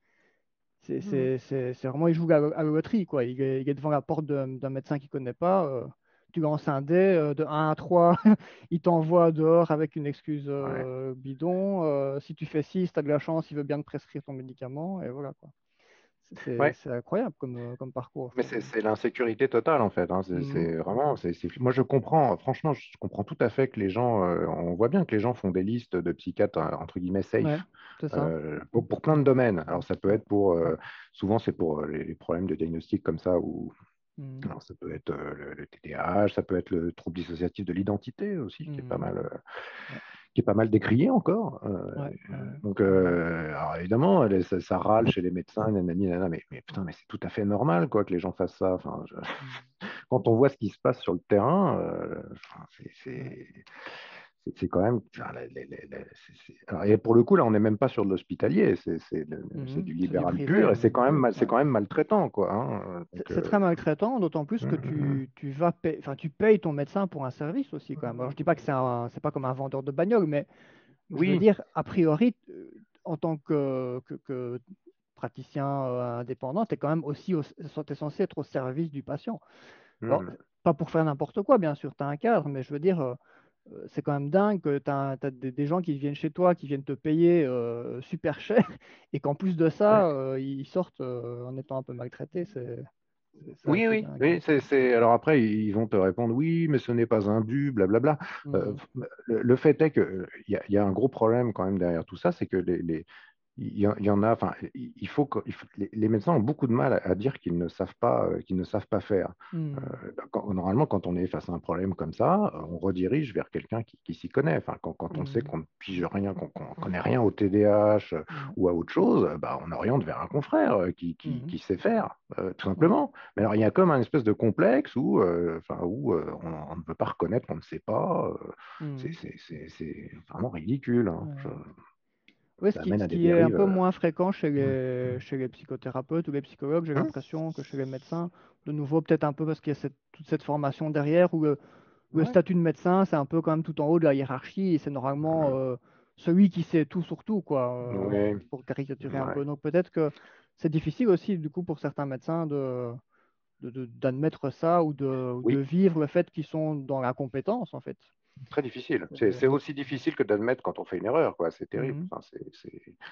c'est Mm. c'est- c'est- c'est vraiment, il joue à, la à la loterie, quoi. Il est, il est devant la porte d'un d'un médecin qu'il ne connaît pas. Euh, tu lances un dé euh, de un à trois, il t'envoie dehors avec une excuse Ouais. euh, bidon. Euh, si tu fais six, tu as de la chance, il veut bien te prescrire ton médicament. Et voilà, quoi. C'est c'est- Ouais. c'est incroyable comme, euh, comme parcours, je Mais trouve. c'est c'est l'insécurité totale en fait, hein. C'est Mhm. c'est vraiment, c'est c'est- moi je comprends, franchement, je comprends tout à fait que les gens, euh, on voit bien que les gens font des listes de psychiatres euh, entre guillemets Ouais, safe c'est ça. euh, pour, pour plein de domaines. Alors ça peut être pour, euh, souvent c'est pour euh, les, les problèmes de diagnostic comme ça, ou Mhm. alors ça peut être euh, le, le T D A H, ça peut être le trouble dissociatif de l'identité aussi, qui est pas Mhm. mal, euh, Ouais, qui est pas mal décrié encore. Euh, ouais, ouais. donc, euh, alors évidemment, elle est- ça, ça râle chez les médecins, nanani, nanana, mais, mais putain, mais c'est tout à fait normal quoi que les gens fassent ça. Enfin, je- Mhm. quand on voit ce qui se passe sur le terrain, euh, enfin, c'est Ouais. c'est- c'est- c'est quand même. Enfin, la- la- la- la- c'est- c'est- alors, et pour le coup, là, on n'est même pas sur de l'hospitalier, c'est c'est le- c'est Mhm. du C'est du libéral privé. pur, et c'est quand même, mal- c'est Ouais. quand même maltraitant, quoi, hein. C'est Donc, c'est euh, très maltraitant, d'autant plus que hum, hum, tu, tu vas payer, enfin, tu payes ton médecin pour un service aussi quand même. Alors, je dis pas que c'est un- c'est pas comme un vendeur de bagnole, mais je veux oui, dire, a priori, euh, en tant que, que, que praticien euh, indépendant, tu es quand même aussi au- t'es censé être au service du patient. Alors, hum, pas pour faire n'importe quoi, bien sûr, tu as un cadre, mais je veux dire, euh, euh, c'est quand même dingue que tu as, des, des gens qui viennent chez toi, qui viennent te payer euh, super cher, et qu'en plus de ouais. ça, euh, ils sortent euh, en étant un peu maltraités. C'est c'est- c'est Oui, assez oui, dingue, hein. oui, c'est, c'est... Alors après, ils vont te répondre oui, mais ce n'est pas un dû, blablabla. Euh, Mhm. le, le fait est qu'il y a, il y a un gros problème quand même derrière tout ça, c'est que les, les- il y, en il y en a, enfin, il il faut que, il faut- les, les médecins ont beaucoup de mal à, à dire qu'ils ne savent pas, euh, qu'ils ne savent pas faire. Euh, Mhm. quand- normalement, quand on est face à un problème comme ça, euh, on redirige vers quelqu'un qui, qui s'y connaît. Enfin, quand, quand on sait Mhm. qu'on ne pige rien, qu'on ne connaît rien au T D A H euh, Ouais. ou à autre chose, euh, bah, on oriente vers un confrère euh, qui, qui, Mhm. qui sait faire, euh, tout Ouais. simplement. Mais alors, il y a comme un espèce de complexe où, euh, enfin, où euh, on, on ne peut pas reconnaître qu'on ne sait pas. euh, c'est Mhm. c'est- c'est- c'est vraiment ridicule, hein. Je- Ouais. Oui, ce ça qui, amène ce à des qui est un dérives. peu euh, moins fréquent chez hmm. les, chez les psychothérapeutes ou les psychologues, j'ai Hein. l'impression que chez les médecins, de nouveau, peut-être un peu parce qu'il y a cette- toute cette formation derrière, où le, où le Ouais. statut de médecin, c'est un peu quand même tout en haut de la hiérarchie, et c'est normalement Hmm. euh, celui qui sait tout sur tout, quoi, euh, Ouais. pour caricaturer un Ouais. peu. Donc peut-être que c'est difficile aussi, du coup, pour certains médecins de, de- de- d'admettre ça ou de, ou de Oui, vivre le fait qu'ils sont dans l'incompétence, en fait. très difficile. C'est C'est- c'est aussi difficile que d'admettre quand on fait une erreur, quoi. C'est terrible. Mhm. Enfin, c'est, c'est-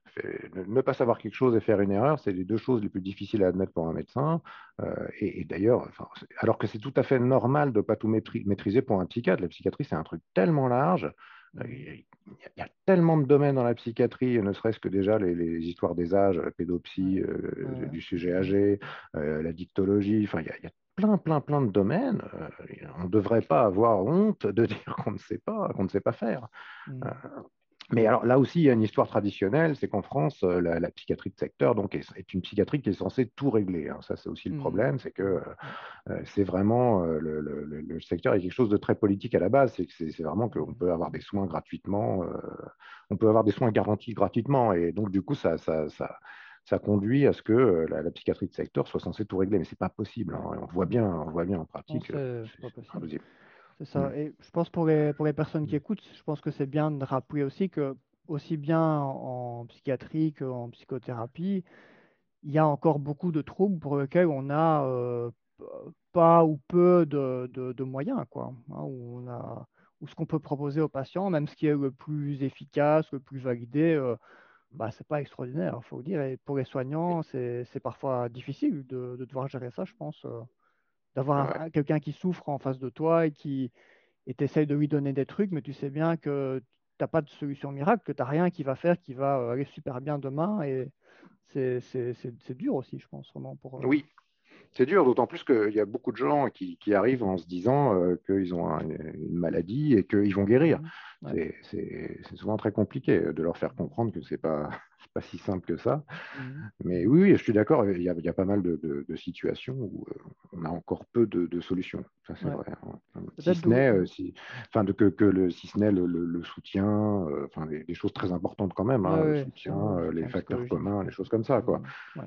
fait- ne, ne pas savoir quelque chose et faire une erreur, c'est les deux choses les plus difficiles à admettre pour un médecin. Euh, et, et d'ailleurs, enfin, c'est- alors que c'est tout à fait normal de ne pas tout maîtri- maîtriser pour un psychiatre. La psychiatrie, c'est un truc tellement large. Euh, Il Mhm. y, a il y a tellement de domaines dans la psychiatrie, ne serait-ce que déjà les, les histoires des âges, la pédopsie, Ouais. euh, Ouais. du sujet âgé, euh, la dictologie, enfin, il y a, il y a plein, plein, plein de domaines. Euh, on ne devrait pas avoir honte de dire qu'on ne sait pas, qu'on ne sait pas faire. Euh, Mhm. mais alors là aussi, il y a une histoire traditionnelle, c'est qu'en France, euh, la, la psychiatrie de secteur donc, est, est une psychiatrie qui est censée tout régler, hein. Ça, c'est aussi le Mhm. problème, c'est que euh, Ouais. euh, c'est vraiment euh, le, le- le- le secteur est quelque chose de très politique à la base. C'est que c'est c'est vraiment qu'on Mhm. peut avoir des soins gratuitement, euh, on peut avoir des soins garantis gratuitement, et donc du coup, ça, ça, ça, ça conduit à ce que euh, la, la psychiatrie de secteur soit censée tout régler, mais c'est pas possible, hein. On le voit bien, on le voit bien en Non, pratique, euh, c'est c'est c'est pas c'est possible. impossible. C'est Mm. ça. Et je pense pour les, pour les personnes qui écoutent, je pense que c'est bien de rappeler aussi que, aussi bien en, en psychiatrie qu'en psychothérapie, il y a encore beaucoup de troubles pour lesquels on a euh, p- pas ou peu de, de- de moyens, quoi. Hein, où on a, où ce qu'on peut proposer aux patients, même ce qui est le plus efficace, le plus validé, euh, bah, c'est pas extraordinaire, il faut le dire. Et pour les soignants, c'est, c'est parfois difficile de, de devoir gérer ça, je pense. Euh, d'avoir Ouais. un- quelqu'un qui souffre en face de toi et qui et t'essayes de lui donner des trucs, mais tu sais bien que t'as pas de solution miracle, que t'as rien qui va faire, qui va euh, aller super bien demain. Et c'est c'est- c'est- c'est dur aussi, je pense, vraiment pour. euh, Oui, c'est dur, d'autant plus qu'il y a beaucoup de gens qui, qui arrivent en se disant euh, qu'ils ont un- une maladie et qu'ils vont guérir. Mhm. Ouais. C'est c'est- c'est souvent très compliqué de leur faire comprendre que c'est pas, c'est pas si simple que ça. Mhm. Mais Mhm. oui, oui, je suis d'accord, il y a, il y a pas mal de, de- de situations où euh, on a encore peu de, de solutions. Ça, c'est Ouais. vrai, hein. Si Peut-être ce d'où. n'est euh, si, enfin, de, que, que le, si ce n'est le, le- le soutien, euh, enfin, des, des choses très importantes quand même, Ouais, hein, le ouais, soutien, sur- euh, les soutien facteurs psychologique, je communs, les pense. choses comme ça, quoi. Mhm. Ouais.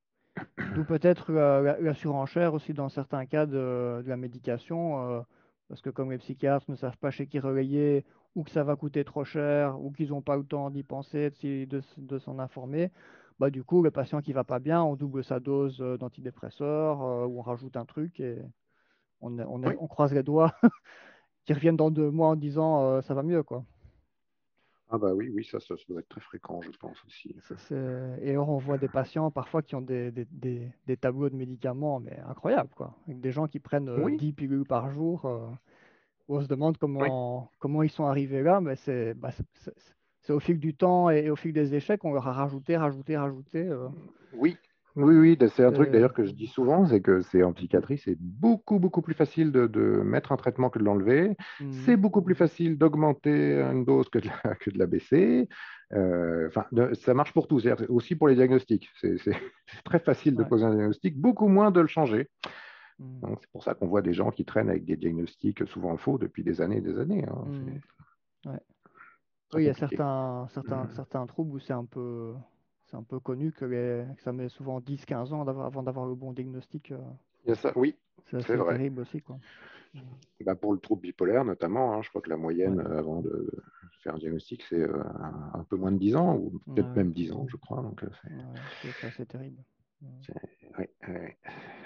D'où peut-être la, la- la surenchère aussi dans certains cas de, de la médication, euh, parce que comme les psychiatres ne savent pas chez qui relayer, ou que ça va coûter trop cher, ou qu'ils n'ont pas le temps d'y penser, de, s'y- de s- de s'en informer, bah du coup, le patient qui va pas bien, on double sa dose euh, d'antidépresseurs, euh, ou on rajoute un truc, et on, est- on, est- Oui. on croise les doigts qu'ils reviennent dans deux mois en disant euh, ça va mieux, quoi. Ah bah oui, oui, ça, ça, ça doit être très fréquent, je pense aussi. C'est- c'est- Et alors, on voit des patients parfois qui ont des, des- des- des tableaux de médicaments, mais incroyables, quoi. Avec des gens qui prennent euh, Oui, dix pilules par jour. euh, on se demande oui. comment, comment ils sont arrivés là, mais c'est bah, c'est c'est- c'est au fil du temps et, et au fil des échecs, on leur a rajouté, rajouté, rajouté. euh, Oui, oui, oui, c'est un truc c'est- d'ailleurs que je dis souvent, c'est que c'est en psychiatrie, c'est beaucoup, beaucoup plus facile de, de mettre un traitement que de l'enlever. C'est Mhm. beaucoup plus facile d'augmenter une dose que de la, que de la baisser. Euh, Enfin, de- ça marche pour tout, c'est-à-dire aussi pour les diagnostics. C'est c'est- c'est très facile de Ouais. poser un diagnostic, beaucoup moins de le changer. Mhm. Donc, c'est pour ça qu'on voit des gens qui traînent avec des diagnostics souvent faux depuis des années et des années, hein. Mhm. C'est Ouais. très Oui, il y a compliqué. certains, certains, certains troubles où c'est un peu, c'est un peu connu que, les- que ça met souvent dix quinze ans d'avoir- avant d'avoir le bon diagnostic. euh, Il y a ça, oui, c'est c'est assez vrai. terrible aussi, quoi. Mhm. Bah, pour le trouble bipolaire notamment, hein, je crois que la Ouais. moyenne euh, avant de faire un diagnostic, c'est euh, un, un peu moins de dix ans, ou peut-être Ouais. même dix ans, je crois. Donc, euh, c'est, Ouais. C'est c'est assez terrible. Mhm. c'est- ouais, ouais.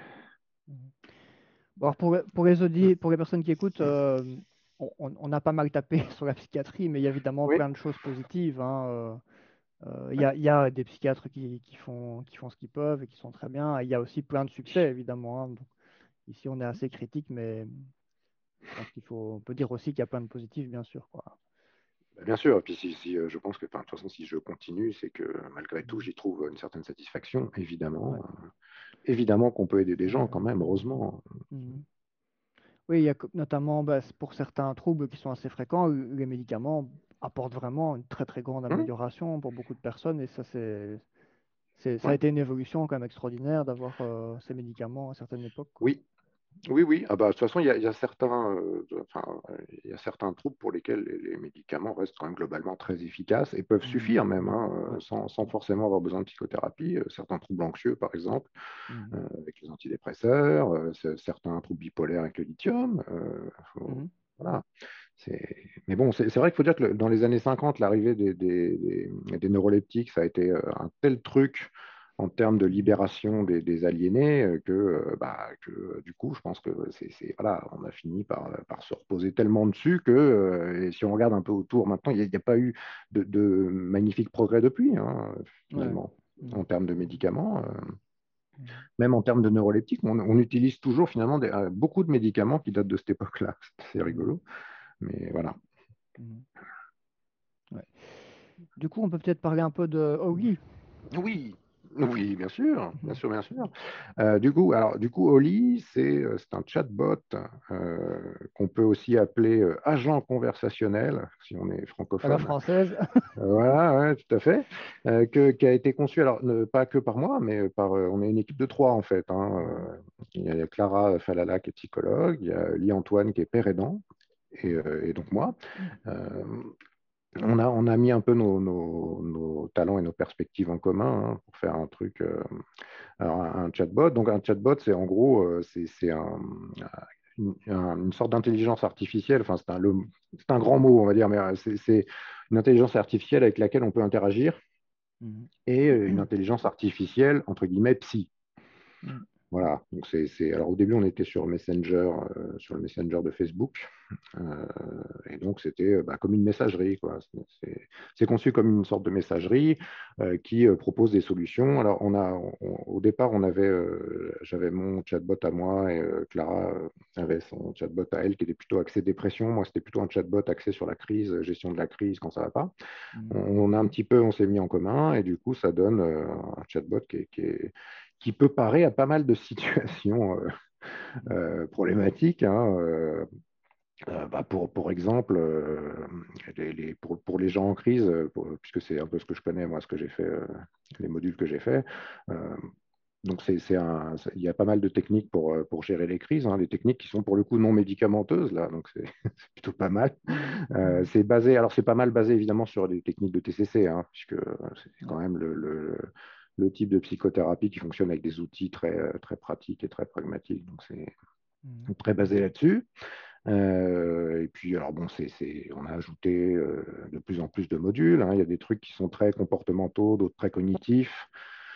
Mhm. Bon, alors pour, pour les audi- pour les personnes qui écoutent, euh, on, on- on a pas mal tapé sur la psychiatrie, mais il y a évidemment Oui, plein de choses positives. Hein. euh, euh, Il y ouais, a, il y a des psychiatres qui, qui font, qui font ce qu'ils peuvent et qui sont très bien. Il y a aussi plein de succès, évidemment. Hein. Donc, ici, on est assez critique, mais je pense qu'il faut, on peut dire aussi qu'il y a plein de positifs, bien sûr, quoi. bah, bien sûr. Et puis si, si, euh, je pense que, enfin, de toute façon, si je continue, c'est que malgré tout, Mhm. j'y trouve une certaine satisfaction, Ouais, évidemment. Euh, évidemment qu'on peut aider des gens ouais. quand même, heureusement. Mhm. Oui, il y a co- notamment bah, c'est pour certains troubles qui sont assez fréquents, les médicaments apportent vraiment une très très grande Hum, amélioration pour beaucoup de personnes et ça c'est C'est, ça a ouais, été une évolution quand même extraordinaire d'avoir euh, ces médicaments à certaines époques, quoi. oui. Oui, oui. Ah bah, de toute façon, il y a, il y a certains, euh, de- enfin, euh, il y a certains troubles pour lesquels les, les médicaments restent quand même globalement très efficaces et peuvent Mhm. suffire même, hein, euh, Ouais. sans, sans forcément avoir besoin de psychothérapie. Euh, certains troubles anxieux, par exemple, Mhm. euh, avec les antidépresseurs, euh, c- certains troubles bipolaires avec le lithium. Euh, faut- Mhm. voilà. C'est- Mais bon, c'est c'est vrai qu'il faut dire que le- dans les années cinquante, l'arrivée des, des- des- des neuroleptiques, ça a été euh, un tel truc en termes de libération des, des aliénés euh, que, euh, bah, que euh, du coup, je pense que c'est, c'est- voilà, on a fini par, par se reposer tellement dessus que, euh, et si on regarde un peu autour maintenant, il n'y a, il y a pas eu de, de magnifiques progrès depuis, hein, Ouais. finalement, Mm. en termes de médicaments. euh, Mm. même en termes de neuroleptiques, on, on utilise toujours finalement des- euh, beaucoup de médicaments qui datent de cette époque-là. C'est rigolo, mais voilà. Mm. Ouais. Du coup, on peut peut-être parler un peu de Oli. Oui, oui, bien sûr, bien sûr, bien sûr. Euh, du coup, alors, du coup, Oli, c'est euh, c'est un chatbot euh, qu'on peut aussi appeler euh, agent conversationnel, si on est À la francophone. française. Euh, voilà, ouais, tout à fait. Euh, que- qui a été conçu, alors ne- pas que par moi, mais par, euh, on est une équipe de trois en fait, hein. Euh, il y a Clara Falala qui est psychologue, il y a Lee Antoine qui est père aidant, et, euh, et donc moi. Euh, on a, on a mis un peu nos, nos- nos talents et nos perspectives en commun hein, pour faire un truc, euh, alors, un, un chatbot. Donc un chatbot, c'est en gros, euh, c'est c'est un- une, un- une sorte d'intelligence artificielle. Enfin, c'est un, le- c'est un grand mot, on va dire, mais euh, c'est c'est une intelligence artificielle avec laquelle on peut interagir Mhm. et euh, une intelligence artificielle entre guillemets psy. Mhm. Voilà. Donc c'est, c'est- Alors au début, on était sur Messenger, euh, sur le Messenger de Facebook. Euh, et donc, c'était euh, bah, comme une messagerie, quoi. C'est c'est- c'est conçu comme une sorte de messagerie euh, qui euh, propose des solutions. Alors, on a, on- au départ, on avait, euh, j'avais mon chatbot à moi et euh, Clara euh, avait son chatbot à elle qui était plutôt axé dépression. Moi, c'était plutôt un chatbot axé sur la crise, euh, gestion de la crise quand ça va pas. On, Mhm. on a un petit peu, on s'est mis en commun et du coup, ça donne euh, un chatbot qui est, qui est- qui peut parer à pas mal de situations euh, euh, problématiques, hein, euh, euh, bah, pour, pour exemple, euh, les, les- pour, pour les gens en crise, euh, pour- puisque c'est un peu ce que je connais, moi, ce que j'ai fait, euh, les modules que j'ai fait. euh, donc, c'est, c'est un, c'est- il y a pas mal de techniques pour, euh, pour gérer les crises, hein, des techniques qui sont pour le coup non médicamenteuses, là, donc c'est c'est plutôt pas mal. Mhm. Euh, Mhm. c'est basé, alors c'est pas mal basé évidemment sur les techniques de T C C, hein, puisque euh, c'est quand Ouais. même le, le, le type de psychothérapie qui fonctionne avec des outils très, très pratiques et très pragmatiques, donc c'est Mhm. très basé là-dessus. Euh, et puis, alors bon, c'est, c'est, on a ajouté euh, de plus en plus de modules, hein. Il y a des trucs qui sont très comportementaux, d'autres très cognitifs,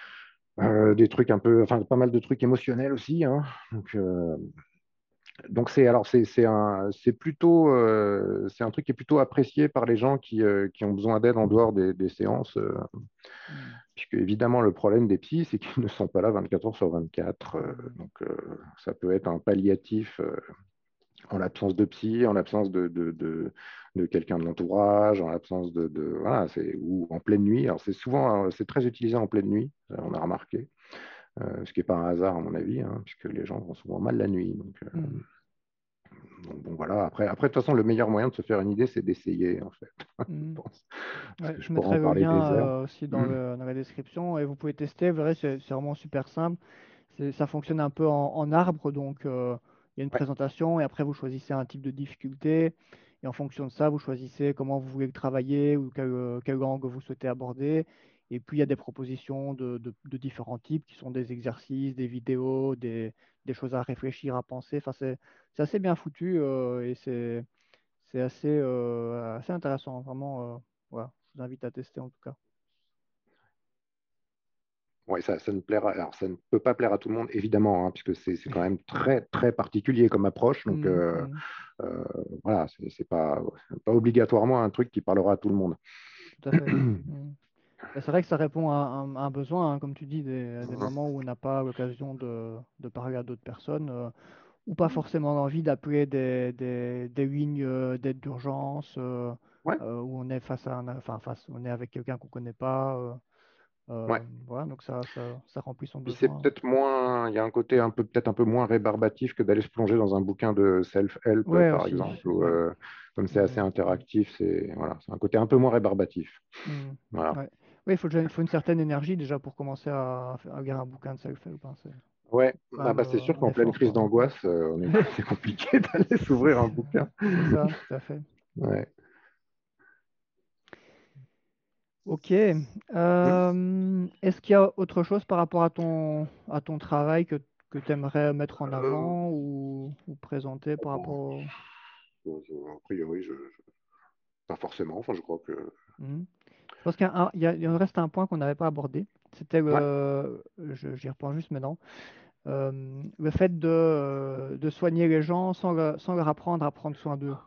euh, des trucs un peu, enfin, pas mal de trucs émotionnels aussi, hein. Donc, euh, donc c'est, alors c'est, c'est un, c'est plutôt, euh, c'est un truc qui est plutôt apprécié par les gens qui, euh, qui ont besoin d'aide en dehors des, des séances, euh, Mhm. puisque évidemment le problème des psys, c'est qu'ils ne sont pas là vingt-quatre heures sur vingt-quatre. Euh, Mhm. donc, euh, ça peut être un palliatif. Euh, en l'absence de psy, en l'absence de, de, de, de quelqu'un de l'entourage, en l'absence de, de voilà, c'est ou en pleine nuit. Alors c'est souvent, euh, c'est très utilisé en pleine nuit, ça, on a remarqué, euh, ce qui n'est pas un hasard à mon avis, hein, puisque les gens vont souvent mal la nuit. Donc, euh, Mhm. donc, bon voilà. Après, après de toute façon, le meilleur moyen de se faire une idée, c'est d'essayer en fait, je Mhm. pense, parce Ouais, que je je pourrais en mettrai le parler lien des heures. euh, aussi dans Mmh. le, dans la description et vous pouvez tester. Vous verrez, c'est c'est vraiment super simple. C'est- Ça fonctionne un peu en, en arbre, donc euh, il y a une Ouais. présentation et après vous choisissez un type de difficulté et en fonction de ça, vous choisissez comment vous voulez le travailler ou quel, euh, quel angle vous souhaitez aborder. Et puis il y a des propositions de, de- de différents types qui sont des exercices, des vidéos, des, des choses à réfléchir, à penser. Enfin, c'est c'est assez bien foutu euh, et c'est c'est assez, euh, assez intéressant. Vraiment, euh, voilà, je vous invite à tester en tout cas. Ouais, ça, ça ne plaira, alors ça ne peut pas plaire à tout le monde, évidemment, hein, puisque c'est c'est quand même très, très particulier comme approche. Donc, Mhm, euh, mhm, euh, voilà, c'est c'est pas, pas obligatoirement un truc qui parlera à tout le monde. tout à fait. Mhm. Bah, c'est vrai que ça répond à un, à un besoin, hein, comme tu dis, des, des moments où on n'a pas l'occasion de, de parler à d'autres personnes, euh, ou pas forcément l'envie d'appeler des, des, des lignes euh, d'aide d'urgence, euh, Ouais, euh, où on est face à un, enfin, face, on est avec quelqu'un qu'on connaît pas. euh, ouais. euh, voilà, donc ça, ça, ça remplit son Puis c'est besoin. peut-être moins, il y a un côté un peu, peut-être un peu moins rébarbatif que d'aller se plonger dans un bouquin de self-help, Ouais, par aussi. exemple, ou Ouais. euh, comme c'est assez Mhm. interactif, c'est voilà, c'est un côté un peu moins rébarbatif. Mhm. Voilà. Ouais. Oui, il faut, déjà- il faut une certaine énergie déjà pour commencer à, à lire un bouquin de self-help, hein. C'est Ouais, quand ah même bah c'est euh, sûr un qu'en pleine effort, crise quoi. d'angoisse, euh, on est- c'est compliqué d'aller s'ouvrir un bouquin. C'est ça, tout à fait. Ouais. Ok. Hmm. Euh, est-ce qu'il y a autre chose par rapport à ton, à ton travail que, que tu aimerais mettre en Euh, avant ou, ou présenter par bon, rapport au... je- je- a priori, je, je- pas forcément. Enfin, je crois que Mhm. Je pense qu'il y a un- il y a- il en reste un point qu'on n'avait pas abordé. C'était Ouais. le, je- j'y reprends juste maintenant, euh, le fait de, euh, de soigner les gens sans, le- sans leur apprendre à prendre soin d'eux.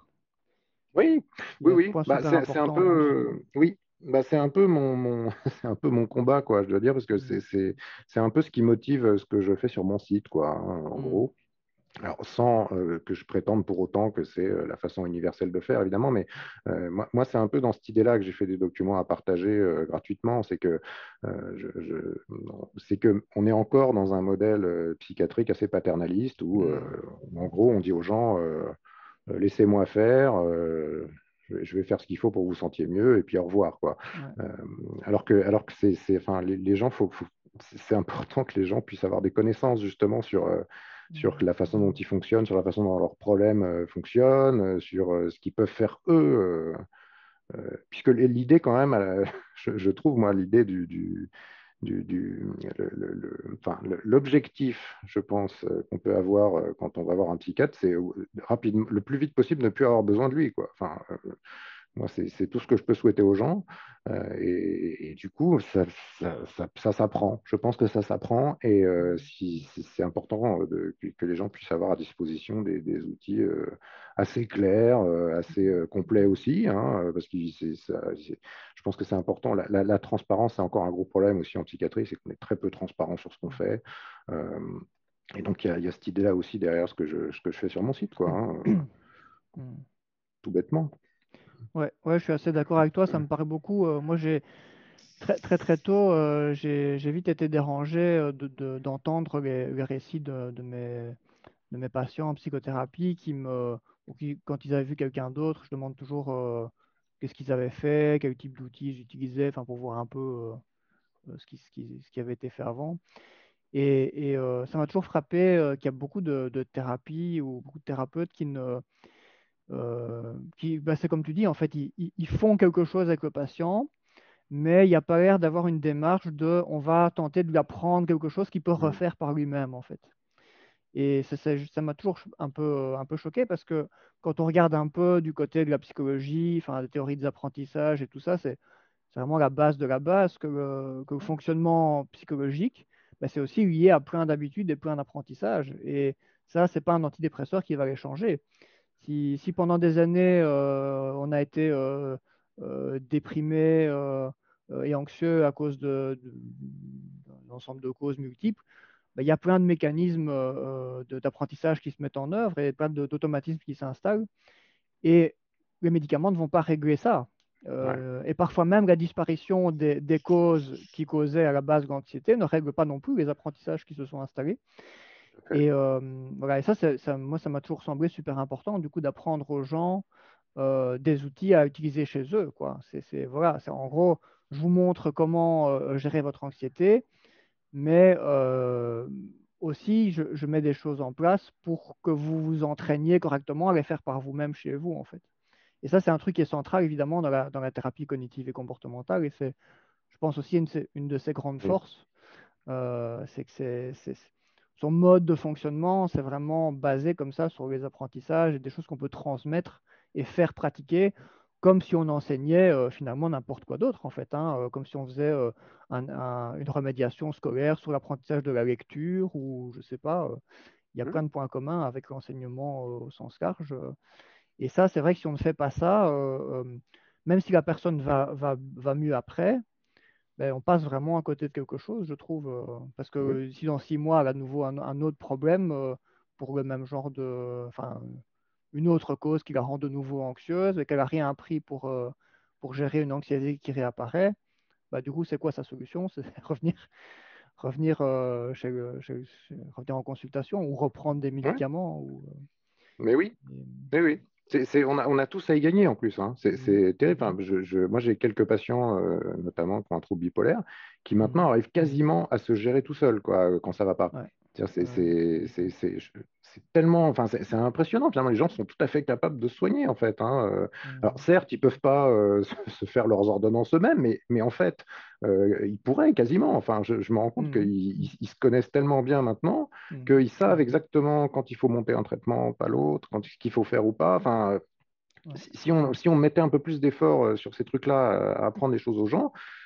Oui, Il y oui, a un oui. point Bah, super c'est, c'est un peu, important dans ce. euh, oui, bah, c'est un peu mon, mon, c'est un peu mon combat, quoi, je dois dire, parce que Mm, c'est, c'est, c'est un peu ce qui motive euh, ce que je fais sur mon site, quoi, hein, en mm, gros. Alors, sans euh, que je prétende pour autant que c'est euh, la façon universelle de faire, évidemment, mais euh, moi, moi, c'est un peu dans cette idée-là que j'ai fait des documents à partager euh, gratuitement. C'est que, euh, je, je- non, c'est que on est encore dans un modèle euh, psychiatrique assez paternaliste où, euh, mm. en gros, on dit aux gens, euh, euh, laissez-moi faire, euh, je, vais je vais faire ce qu'il faut pour que vous vous sentiez mieux, et puis au revoir, quoi. Ouais. Euh, alors que, alors que c'est, c'est, enfin, les, les gens, faut, faut- c'est c'est important que les gens puissent avoir des connaissances justement sur, euh, sur Mm, la façon dont ils fonctionnent, sur la façon dont leurs problèmes euh, fonctionnent, euh, sur euh, ce qu'ils peuvent faire eux. Euh, euh, puisque l'idée, quand même, elle, je, je trouve, moi, l'idée du, du, du, du- le- le- le- enfin, le- l'objectif, je pense, euh, qu'on peut avoir euh, quand on va voir un psychiatre, c'est euh, rapidement, le plus vite possible ne plus avoir besoin de lui, quoi. Enfin, euh, moi, c'est c'est tout ce que je peux souhaiter aux gens. Euh, et, et du coup, ça, ça, ça, ça s'apprend. Je pense que ça s'apprend. Et euh, mm, si, si c'est important euh, de, que, que les gens puissent avoir à disposition des, des outils euh, assez clairs, euh, assez euh, complets aussi, hein, euh, parce que c'est, ça, c'est- je pense que c'est important. La, la- la transparence, c'est encore un gros problème aussi en psychiatrie, c'est qu'on est très peu transparent sur ce qu'on fait. Euh, et donc, il y a, il y a cette idée-là aussi derrière ce que je, ce que je fais sur mon site, quoi, hein, euh, mm. Mm. tout bêtement. Ouais, ouais, je suis assez d'accord avec toi. Ça me paraît beaucoup. Euh, moi, j'ai très, très, très tôt, euh, j'ai, j'ai vite été dérangé euh, de, de- d'entendre les, les récits de, de mes, de mes patients en psychothérapie qui me, ou qui, quand ils avaient vu quelqu'un d'autre, je demande toujours euh, qu'est-ce qu'ils avaient fait, quel type d'outils j'utilisais, enfin pour voir un peu euh, euh, ce qui, ce qui, ce qui avait été fait avant. Et, et, euh, ça m'a toujours frappé euh, qu'il y a beaucoup de, de thérapies ou beaucoup de thérapeutes qui ne, euh, qui, bah, c'est comme tu dis, en fait, ils, ils- ils font quelque chose avec le patient, mais il n'y a pas l'air d'avoir une démarche de, on va tenter de lui apprendre quelque chose qu'il peut Mm. refaire par lui-même, en fait. Et ça, ça- ça m'a toujours un peu, un peu choqué parce que quand on regarde un peu du côté de la psychologie, enfin, des théories des apprentissages et tout ça, c'est c'est vraiment la base de la base que le, que le fonctionnement psychologique, ben, c'est aussi lié à plein d'habitudes et plein d'apprentissages. Et ça, c'est pas un antidépresseur qui va les changer. Si, si pendant des années, euh, on a été euh, euh, déprimé euh, euh, et anxieux à cause de, de- d'un ensemble de causes multiples, ben, il y a plein de mécanismes euh, de- d'apprentissage qui se mettent en œuvre et plein de- d'automatismes qui s'installent. Et les médicaments ne vont pas régler ça. Ouais. Euh, et parfois même la disparition des, des causes qui causaient à la base l'anxiété ne règle pas non plus les apprentissages qui se sont installés. Et euh, voilà, et ça, c'est- ça, moi, ça m'a toujours semblé super important, du coup, d'apprendre aux gens euh, des outils à utiliser chez eux, quoi. C'est, c'est- voilà, c'est en gros, je vous montre comment euh, gérer votre anxiété, mais euh, aussi, je, je mets des choses en place pour que vous vous entraîniez correctement à les faire par vous-même chez vous, en fait. Et ça, c'est un truc qui est central, évidemment, dans la, dans la thérapie cognitive et comportementale, et c'est, je pense aussi, une, une de ses grandes Mm. forces euh, c'est que c'est, c'est- son mode de fonctionnement, c'est vraiment basé comme ça sur les apprentissages et des choses qu'on peut transmettre et faire pratiquer comme si on enseignait euh, finalement n'importe quoi d'autre en fait, hein, euh, comme si on faisait euh, un- un- une remédiation scolaire sur l'apprentissage de la lecture ou je sais pas, euh, il y a Mm. plein de points communs avec l'enseignement euh, au sens large. euh. Et ça, c'est vrai que si on ne fait pas ça, euh, euh, même si la personne va, va, va mieux après, ben, on passe vraiment à côté de quelque chose, je trouve. euh, parce Oui. que si dans six mois, elle a de nouveau un, un autre problème euh, pour le même genre de. Enfin, une autre cause qui la rend de nouveau anxieuse et qu'elle n'a rien appris pour, euh, pour gérer une anxiété qui réapparaît, bah, du coup, c'est quoi sa solution? C'est revenir, revenir, euh, chez, le- chez- chez- revenir en consultation ou reprendre des Ouais. médicaments. Ou, Mais oui, euh, et- oui, oui. C'est, c'est- on a, on a tous à y gagner en plus, hein. C'est, Mhm, c'est terrible. Enfin, mhm, je, je- moi, j'ai quelques patients, euh, notamment qui ont un trouble bipolaire, qui maintenant mhm. arrivent quasiment à se gérer tout seuls, quoi, euh, quand ça va pas. Ouais, C'est-à-dire, C'est ouais, c'est- c'est- c'est- je- c'est tellement, enfin, c'est c'est impressionnant. Finalement, les gens sont tout à fait capables de se soigner, en fait, hein. Euh, Alors, mhm, certes, ils peuvent pas euh, se se faire leurs ordonnances eux-mêmes, mais, mais en fait, euh, ils pourraient quasiment. Enfin, je, je me rends compte qu'ils mhm, ils- ils se connaissent tellement bien maintenant mhm, qu'ils savent exactement quand il faut monter un traitement, pas l'autre, quand ce qu'il faut faire ou pas. Enfin, euh, ouais, si si on, si on mettait un peu plus d'efforts euh, sur ces trucs-là, euh, à apprendre des choses aux gens,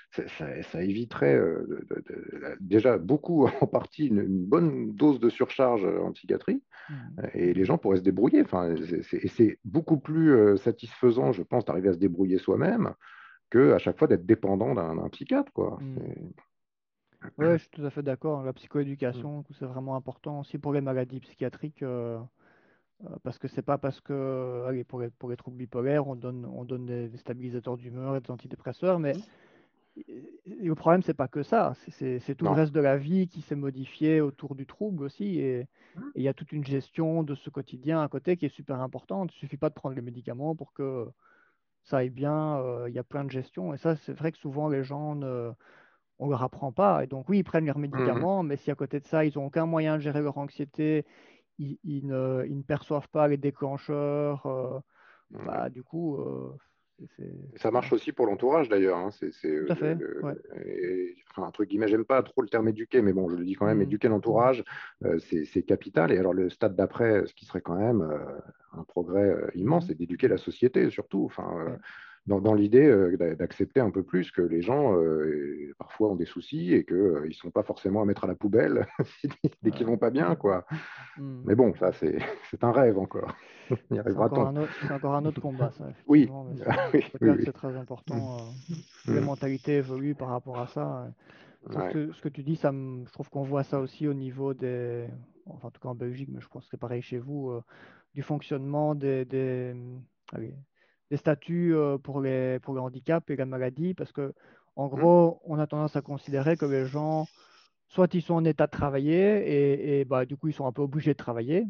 ça, ça- ça éviterait euh, de- de- de- déjà beaucoup, en partie, une, une bonne dose de surcharge en psychiatrie, Mhm. et les gens pourraient se débrouiller. Enfin, c'est- c'est- et c'est beaucoup plus euh, satisfaisant, je pense, d'arriver à se débrouiller soi-même que à chaque fois d'être dépendant d'un d'un psychiatre, quoi. Mhm. C'est- Ouais, je suis tout à fait d'accord. La Mm. psychoéducation, tout, c'est vraiment important aussi pour les maladies psychiatriques, euh, euh, parce que c'est pas parce que, allez, pour les, pour les troubles bipolaires, on donne, on donne des, des stabilisateurs d'humeur et des antidépresseurs, mais et- et le problème, c'est pas que ça, c'est c'est- c'est tout le Non. reste de la vie qui s'est modifié autour du trouble aussi, et et il y a toute une gestion de ce quotidien à côté qui est super importante. Il suffit pas de prendre les médicaments pour que ça aille bien, euh, il y a plein de gestion, et ça, c'est vrai que souvent les gens ne on leur apprend pas. Et donc, oui, ils prennent leurs Mhm. médicaments, mais si à côté de ça, ils n'ont aucun moyen de gérer leur anxiété, ils, ils ne, ils ne perçoivent pas les déclencheurs, euh, Ouais. bah, du coup, euh, c'est, c'est- Ça marche voilà. aussi pour l'entourage d'ailleurs, hein. C'est, c'est, Tout euh, à le, fait, le- ouais. et- enfin, un truc guillemets, j'aime pas trop le terme éduquer, mais bon, je le dis quand même, Mm. éduquer l'entourage, euh, c'est, c'est capital. Et alors le stade d'après, ce qui serait quand même euh, un progrès euh, immense, Mhm. c'est d'éduquer la société surtout. Enfin, euh, Ouais. dans, dans l'idée euh, d'a- d'accepter un peu plus que les gens euh, parfois ont des soucis et qu'ils ne sont pas forcément à mettre à la poubelle dès qu'ils Ouais. vont pas bien, quoi. Mm. Mais bon, ça c'est c'est un rêve encore. Y C'est encore arrivera-t-on? un autre, c'est encore un autre combat, ça, Oui, effectivement, mais c'est oui, c'est oui, clair que oui. c'est très important, euh, que les Mm. mentalités évoluent par rapport à ça. Ça, ce Ouais. que, ce que tu dis, ça me- je trouve qu'on voit ça aussi au niveau des, enfin en tout cas en Belgique, mais je pense que c'est pareil chez vous, euh, du fonctionnement des, des, hum, allez, des statuts euh, pour les, pour le handicap et la maladie, parce que en Mm. gros, on a tendance à considérer que les gens, soit ils sont en état de travailler et, et bah, du coup ils sont un peu obligés de travailler,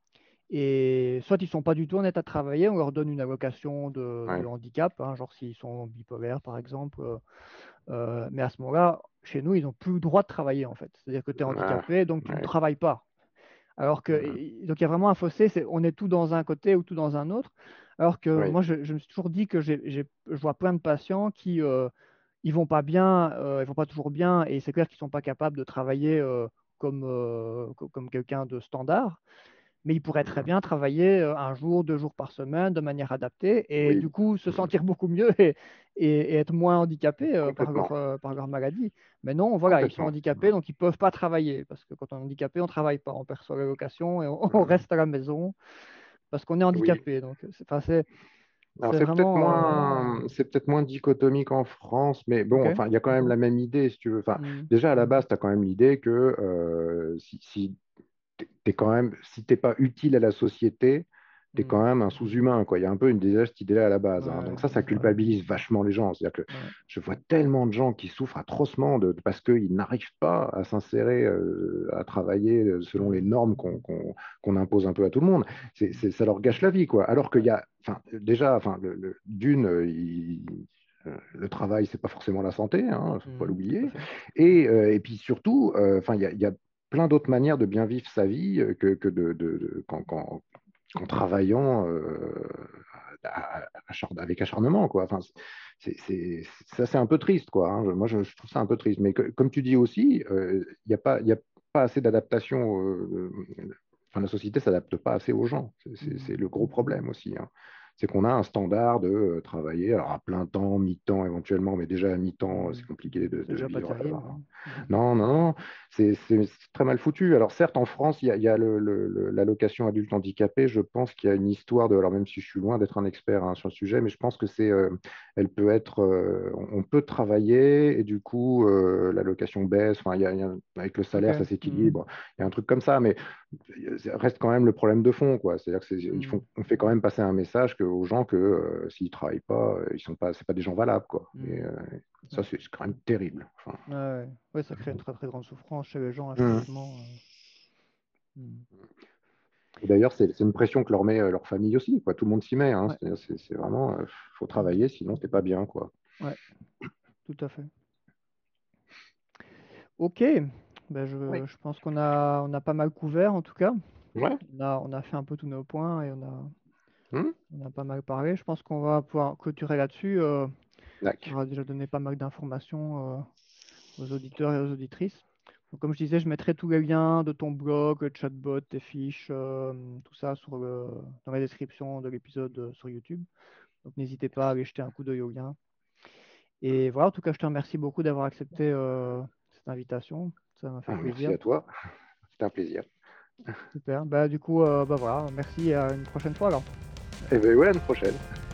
et soit ils sont pas du tout en état de travailler, on leur donne une allocation de, de Ouais. handicap, hein, genre s'ils sont bipolaires par exemple. euh, euh, mais à ce moment-là, chez nous, ils n'ont plus le droit de travailler, en fait. C'est-à-dire que tu es Ah, handicapé, donc tu ne ouais. travailles pas. Alors que, Mhm. et- donc il y a vraiment un fossé, c'est, on est tout dans un côté ou tout dans un autre. Alors que Oui. moi, je, je me suis toujours dit que j'ai, j'ai- je vois plein de patients qui euh, ils vont pas bien, euh, ils vont pas toujours bien, et c'est clair qu'ils sont pas capables de travailler euh, comme, euh, co- comme quelqu'un de standard, mais il pourrait très Mhm. bien travailler euh, un jour, deux jours par semaine de manière adaptée et Oui. du coup se Mhm. sentir beaucoup mieux et, et- et être moins handicapés euh, par leur, Complètement. euh, par leur maladie. Mais non, voilà, ils sont Complètement. handicapés, donc ils ne peuvent pas travailler parce que quand on est handicapé, on ne travaille pas, on perçoit l'allocation et on, on Mhm. reste à la maison parce qu'on est Oui. handicapé. Donc c'est, enfin, c'est, Alors c'est c'est peut-être vraiment... euh, moins, c'est peut-être moins dichotomique en France, mais bon, OK. enfin, il y a quand même la même idée, si tu veux. Enfin, Mm. déjà à la base, tu as quand même l'idée que euh, si, si t'es t'es quand même, si t'es pas utile à la société, tu es quand Mm. même un sous-humain, quoi. Il y a un peu une déjà cette idée-là à la base, hein. Ouais, Donc ça, ça c'est vrai. culpabilise vachement les gens. C'est-à-dire que Ouais. je vois tellement de gens qui souffrent atrocement de, parce qu'ils n'arrivent pas à s'insérer, euh, à travailler euh, selon les Mm. normes qu'on qu'on- qu'on impose un peu à tout le monde. C'est, c'est- ça leur gâche la vie, quoi. Alors qu'il Ouais. y a, enfin, déjà, enfin, le, le- d'une, euh, il- euh, le travail, c'est pas forcément la santé, hein, faut pas Mm. Tout à l'oublier. fait. Et, euh, et puis surtout, euh, enfin, il y a, il y a plein d'autres manières de bien vivre sa vie euh, que, que de, de- de- qu'en, qu'en- qu'en travaillant euh, à- à- acharn- avec acharnement, quoi. Enfin, c'est, c'est- ça, c'est un peu triste, quoi, hein. Je- Moi, je, je trouve ça un peu triste. Mais que- comme tu dis aussi, euh, il n'y a pas, il y a pas assez d'adaptation. euh, Enfin, la société ne s'adapte pas assez aux gens. C'est c'est- Mm. c'est le gros problème aussi, hein. C'est qu'on a un standard de euh, travailler alors à plein temps, mi-temps éventuellement, mais déjà à mi-temps, Mm. c'est compliqué de, C'est de déjà pas vivre. terrible. Alors, Hein. Mm. non, non, non, c'est c'est- c'est très mal foutu. Alors certes, en France, il y a, il y a le- le- le- l'allocation adulte handicapé. Je pense qu'il y a une histoire de, alors même si je suis loin d'être un expert hein, sur le sujet, mais je pense que c'est, euh, elle peut être, euh, on on peut travailler et du coup euh, l'allocation baisse. Enfin, il y a, il y a- avec le OK. salaire, ça Mm. s'équilibre. Il y a un truc comme ça, mais ça reste quand même le problème de fond, quoi. C'est-à-dire que c'est- ils Mm. font, on fait quand même passer un message que, aux gens que euh, s'ils travaillent pas, euh, ils sont pas, c'est pas des gens valables, quoi. Et Mm. euh, ça, Ouais. c'est c'est quand même terrible. Enfin, Ouais, ouais. Ouais, ça crée une très très grande souffrance chez les gens, Mhm. effectivement. euh. Mm. Et d'ailleurs, c'est c'est une pression que leur met euh, leur famille aussi, quoi. Tout le monde s'y met, hein. Ouais. C'est-à-dire, c'est c'est vraiment, euh, faut Mm. travailler, sinon t'es pas bien, quoi. Ouais, tout à fait. OK. Ben, Oui. je, je pense qu'on a, on a pas mal couvert, en tout cas. Ouais. On a, on a fait un peu tous nos points et on a, Mhm. on a pas mal parlé. Je pense qu'on va pouvoir clôturer là-dessus. euh, on Dac. aura déjà donné pas mal d'informations euh, aux auditeurs et aux auditrices. Donc, comme je disais, je mettrai tous les liens de ton blog, le chatbot, tes fiches, euh, tout ça sur le, dans la description de l'épisode euh, sur YouTube. Donc n'hésitez pas à aller jeter un coup d'œil au lien. Et voilà, en tout cas, je te remercie beaucoup d'avoir accepté euh, cette invitation. Ça m'a fait Ah, merci plaisir. à toi. C'était un plaisir. Super. Bah, du coup, euh, bah voilà, merci et à une prochaine fois alors. Et bien, ouais, à une prochaine.